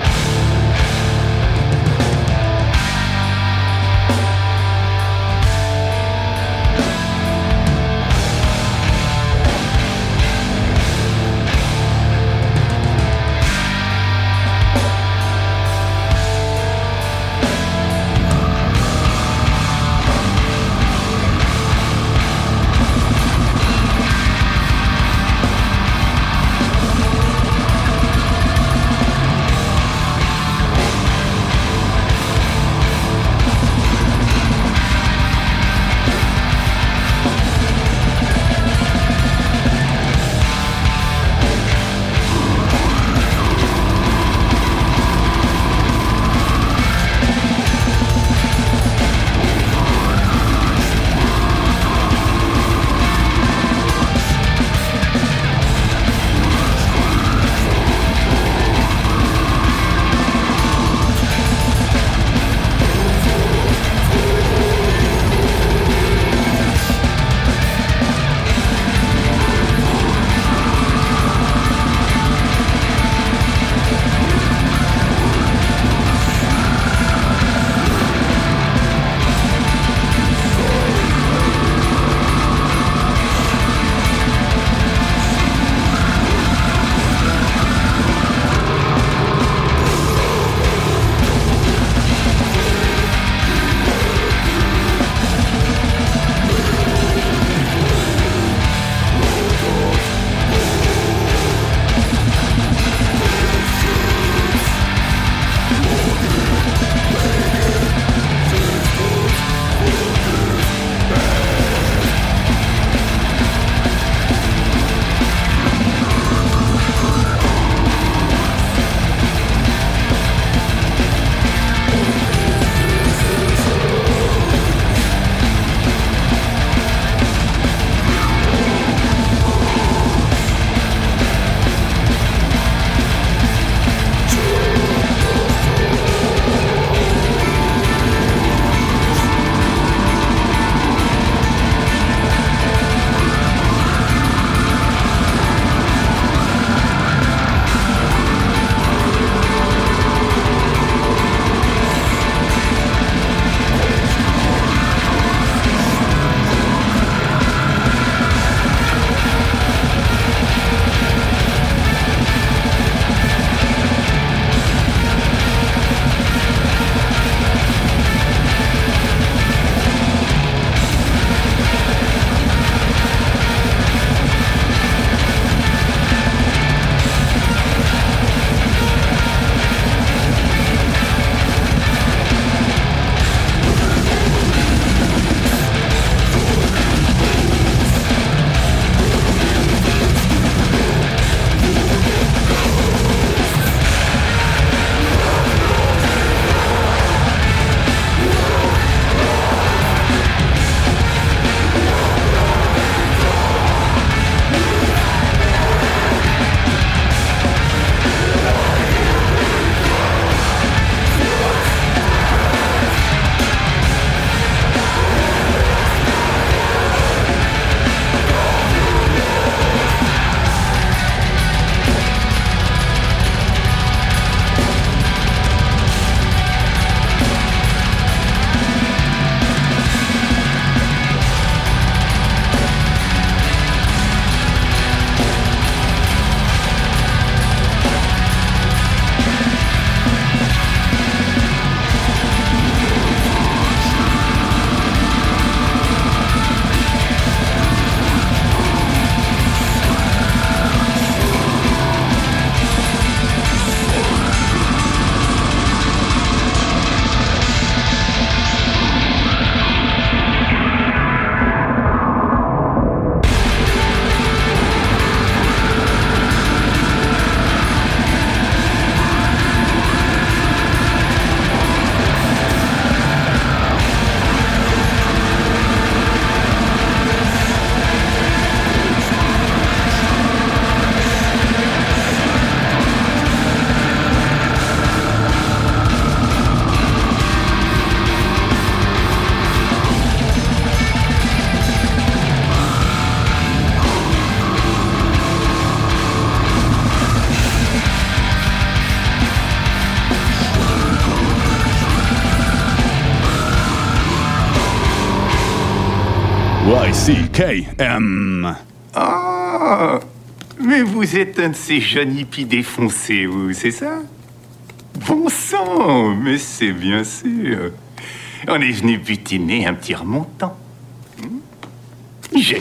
Y C K M. Oh, mais vous êtes un de ces jeunes hippies défoncés, vous, c'est ça? Bon sang, mais c'est bien sûr. On est venu butiner un petit remontant. J'ai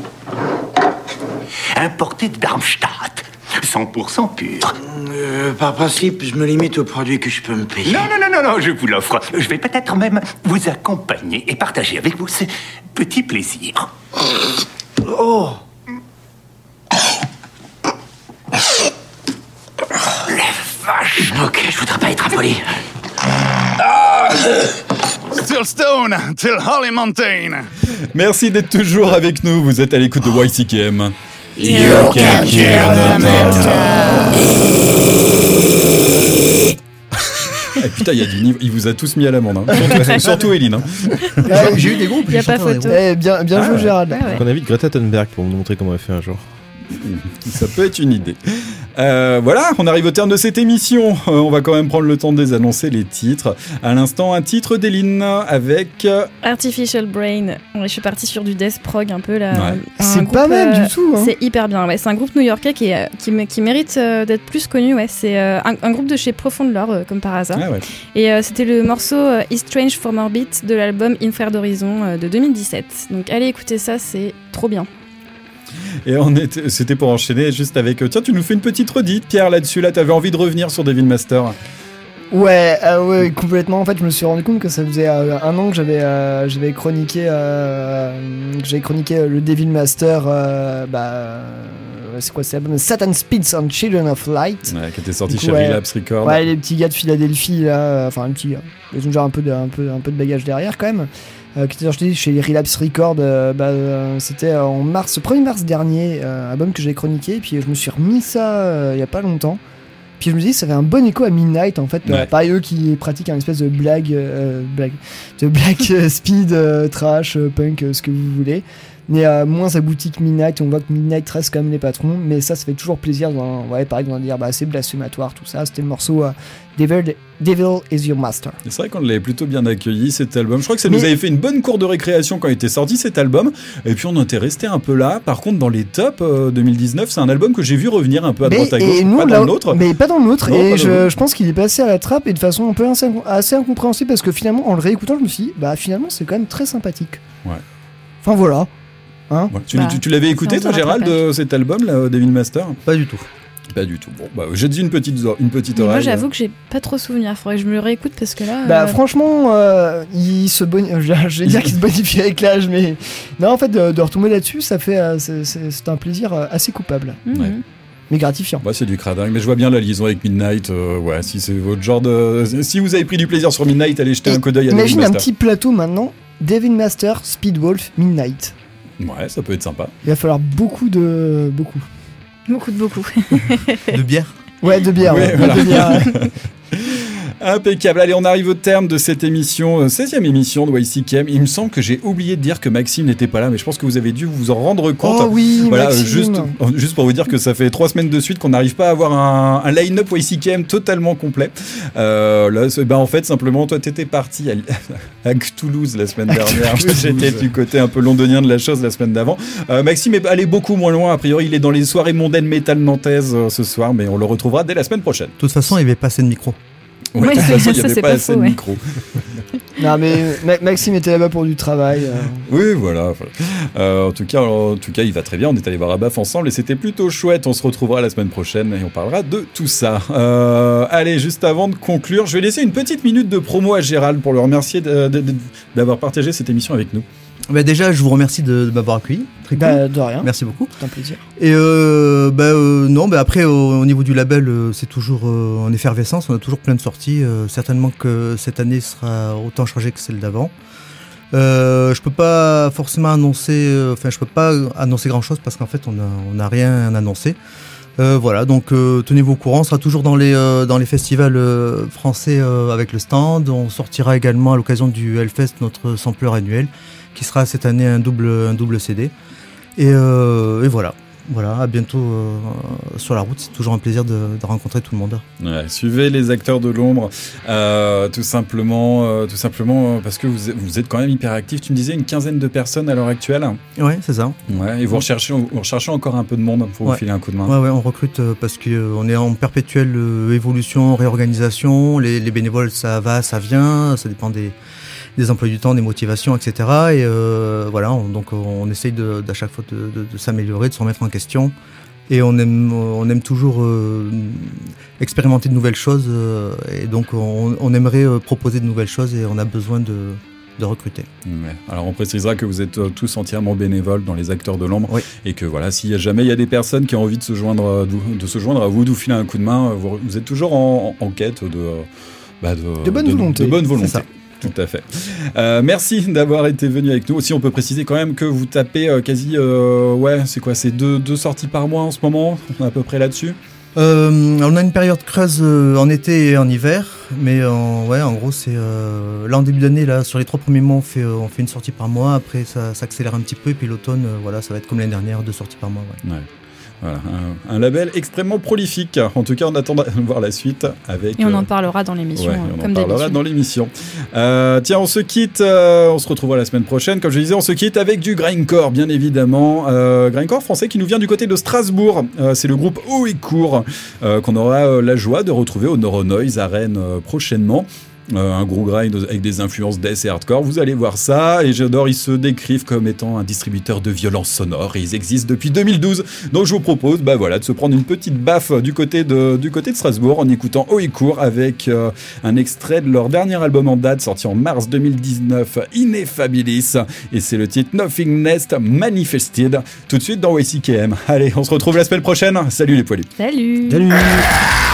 importé de Darmstadt, cent pour cent pur. Euh, par principe, je me limite aux produits que je peux me payer. Non, non, non, non, non, je vous l'offre. Je vais peut-être même vous accompagner et partager avec vous ce petit plaisir. Oh! Vache. Ok, je voudrais pas être impoli. Still Stone, till Holly Mountain. Merci d'être toujours avec nous. Vous êtes à l'écoute de Y C K M. You can kill the metal. Eh putain, il y a du niveau. Il vous a tous mis à l'amende. Hein. Surtout, surtout Eline. Hein. Ouais, j'ai eu des groupes. Il n'y a pas photo. Eh, bien bien Ah, joué, ouais. Gérald. Ah ouais. On invite Greta Thunberg pour nous montrer comment elle fait un jour. Ça peut être une idée. Euh, voilà, on arrive au terme de cette émission. Euh, on va quand même prendre le temps de désannoncer les titres. À l'instant, un titre d'Eline avec. euh, Artificial Brain. Ouais, je suis partie sur du death prog un peu là. Ouais. Un C'est groupe, pas mal euh, du tout. Hein. C'est hyper bien. Ouais. C'est un groupe new-yorkais qui, est, qui, mé- qui mérite euh, d'être plus connu. Ouais. C'est euh, un, un groupe de chez Profound Lore, euh, comme par hasard. Ah ouais. Et euh, c'était le morceau euh, Is Strange from Orbit de l'album In Frère d'Horizon euh, de deux mille dix-sept. Donc allez écouter ça, c'est trop bien. Et on était, c'était pour enchaîner juste avec. euh, Tiens, tu nous fais une petite redite, Pierre, là-dessus. Là, t'avais envie de revenir sur Devil Master. Ouais, euh, ouais, complètement. En fait, je me suis rendu compte que ça faisait euh, un an que j'avais, euh, j'avais chroniqué, euh, que j'avais chroniqué euh, le Devil Master. Euh, bah, euh, c'est quoi, c'est l'album Satan Spits on Children of Light. Ouais, qui était sorti Du coup, chez ouais. Relapse Records. Ouais, les petits gars de Philadelphie là, euh, enfin les petits gars, ils ont déjà un peu de, un peu, un peu de bagage derrière quand même. Euh, qui était sorti chez Relapse Records, euh, bah, euh, c'était en mars, premier mars dernier, euh, album que j'ai chroniqué, puis je me suis remis ça euh, il y a pas longtemps. Puis je me dis, ça fait un bon écho à Midnight en fait. Ouais. Euh, pareil, eux qui pratiquent un espèce de blague, euh, blague de black euh, speed, euh, trash, euh, punk, euh, ce que vous voulez. Mais euh, moins abouti que Midnight, on voit que Midnight reste quand même les patrons, mais ça, ça fait toujours plaisir. Dans, ouais, pareil, dans dire, bah, c'est blasphématoire, tout ça. C'était le morceau euh, Devil, Devil is Your Master. C'est vrai qu'on l'avait plutôt bien accueilli cet album. Je crois que ça Mais- nous avait fait une bonne cour de récréation quand il était sorti cet album. Et puis on était resté un peu là. Par contre, dans les tops euh, deux mille dix-neuf, c'est un album que j'ai vu revenir un peu à Mais- droite à gauche, et nous, pas là- dans l'autre. Mais pas dans l'autre. Non, pas Et dans je, l'autre. je pense qu'il est passé à la trappe et de façon un peu assez, assez incompréhensible parce que finalement, en le réécoutant, je me suis dit, bah finalement, c'est quand même très sympathique. Ouais. Enfin voilà. Hein Ouais. Tu, Bah, tu- tu l'avais écouté séance toi, de Gérald, rattrapage. euh, cet album, là, Devil Master? Pas du tout. Pas du tout. Bon, bah, j'ai dit une petite, une petite Mais oreille. moi j'avoue que j'ai pas trop souvenir. Faudrait que je me le réécoute parce que là. Bah euh, franchement, euh, il se bonifie. Je vais dire qu'il se bonifie avec l'âge, mais non, en fait, de, de retomber là-dessus, ça fait, euh, c'est, c'est- c'est un plaisir euh, assez coupable, mhm. Ouais. mais gratifiant. Bah, c'est du cradingue, mais je vois bien la liaison avec Midnight. euh, ouais, si c'est votre genre de. Si vous avez pris du plaisir sur Midnight, allez jeter Et un coup d'œil à Devil imagine un Master. petit plateau maintenant, Devil Master, Speedwolf, Midnight. Ouais, ça peut être sympa. Il va falloir beaucoup de beaucoup. Beaucoup de beaucoup. De bière. Ouais, de bière. Ouais, ouais, voilà. de bière. Impeccable. Allez, on arrive au terme de cette émission, euh, seizième émission de Y C K M. Il me semble que j'ai oublié de dire que Maxime n'était pas là, mais je pense que vous avez dû vous en rendre compte. Oh oui, Voilà, euh, Maxime. juste, juste pour vous dire que ça fait trois semaines de suite qu'on n'arrive pas à avoir un, un line-up Y C K M totalement complet. Euh, là, c'est- ben, en fait, simplement, toi, t'étais parti à, à Toulouse la semaine dernière. J'étais du côté un peu londonien de la chose la semaine d'avant. Euh, Maxime est allé beaucoup moins loin. A priori, il est dans les soirées mondaines métal nantaises euh, ce soir, mais on le retrouvera dès la semaine prochaine. De toute façon, il n'y avait pas assez de micro. Ouais, Ouais, de toute façon, il n'y ça, avait c'est pas pas assez faux, de ouais. micro. Non mais Ma- Maxime était là-bas pour du travail. euh. Oui, voilà. voilà. Euh, en tout cas, en tout cas, il va très bien. On est allé voir Abaf ensemble et c'était plutôt chouette. On se retrouvera la semaine prochaine et on parlera de tout ça. Euh, allez, juste avant de conclure, je vais laisser une petite minute de promo à Gérald pour le remercier de- de- de- d'avoir partagé cette émission avec nous. Bah déjà, je vous remercie de, de m'avoir accueilli. Très cool. Bah, de rien. Merci beaucoup. C'est un plaisir. Et euh, bah, euh, non, bah après, au, au niveau du label, euh, c'est toujours euh, en effervescence. On a toujours plein de sorties. Euh, certainement que cette année sera autant chargée que celle d'avant. Euh, je peux pas forcément annoncer, euh, enfin, je peux pas annoncer grand chose parce qu'en fait, on a, on a rien annoncé. Euh, voilà, donc euh, tenez-vous au courant. On sera toujours dans les euh, dans les festivals euh, français euh, avec le stand. On sortira également à l'occasion du Hellfest notre sampleur annuel, qui sera cette année un double un double C D. Et, euh, et voilà. Voilà, à bientôt euh, sur la route. C'est toujours un plaisir de, de rencontrer tout le monde. Ouais, suivez les acteurs de l'ombre, euh, tout simplement, euh, tout simplement parce que vous, vous êtes quand même hyper actifs. Tu me disais une quinzaine de personnes à l'heure actuelle. Ouais, c'est ça. Ouais, et vous recherchez, vous recherchez encore un peu de monde pour ouais. vous filer un coup de main. Ouais, ouais, on recrute euh, parce qu'on euh, est en perpétuelle euh, évolution, réorganisation. Les, les bénévoles, ça va, ça vient, ça dépend des des emplois du temps, des motivations, et cetera. Et euh, voilà, on, donc on essaye de, d'à chaque fois de, de, de s'améliorer, de se remettre en question. Et on aime, on aime toujours euh, expérimenter de nouvelles choses. Euh, et donc on, on aimerait euh, proposer de nouvelles choses et on a besoin de, de recruter. Ouais. Alors on précisera que vous êtes euh, tous entièrement bénévoles dans les acteurs de l'ombre. Oui. Et que voilà, s'il y a jamais il y a des personnes qui ont envie de se joindre, de, de se joindre à vous, de vous filer un coup de main, vous, vous êtes toujours en, en quête de, bah de, de bonne de, volonté. De bonne volonté. C'est ça. Tout à fait. Euh, merci d'avoir été venu avec nous. Aussi, on peut préciser quand même que vous tapez euh, quasi, euh, ouais, c'est quoi, c'est deux, deux sorties par mois en ce moment. On est à peu près là-dessus. Euh, on a une période creuse euh, en été et en hiver, mais en, ouais, en gros, c'est euh, là en début d'année, là, sur les trois premiers mois, on fait, euh, on fait une sortie par mois. Après, ça s'accélère un petit peu, et puis l'automne, euh, voilà, ça va être comme l'année dernière, deux sorties par mois. Ouais. Ouais. Voilà, un, un label extrêmement prolifique. En tout cas, on attend de voir la suite avec. Et on en euh, parlera dans l'émission, ouais, euh, on comme en parlera d'habitude. dans l'émission. Euh, tiens, on se quitte. Euh, on se retrouvera la semaine prochaine. Comme je disais, on se quitte avec du grindcore, bien évidemment. Euh, grindcore français qui nous vient du côté de Strasbourg. Euh, c'est le groupe Haut et Court euh, qu'on aura euh, la joie de retrouver au Neuronoise à Rennes euh, prochainement. Euh, un gros grind avec des influences death et hardcore, vous allez voir ça. Et j'adore, ils se décrivent comme étant un distributeur de violence sonore et ils existent depuis deux mille douze. Donc je vous propose bah voilà, de se prendre une petite baffe du côté de, du côté de Strasbourg en écoutant Haut et Court avec euh, un extrait de leur dernier album en date sorti en mars deux mille dix-neuf, Ineffabilis, et c'est le titre Nothingness Manifested, tout de suite dans Y C K M. Allez, on se retrouve la semaine prochaine. Salut les poilus. Salut. Salut.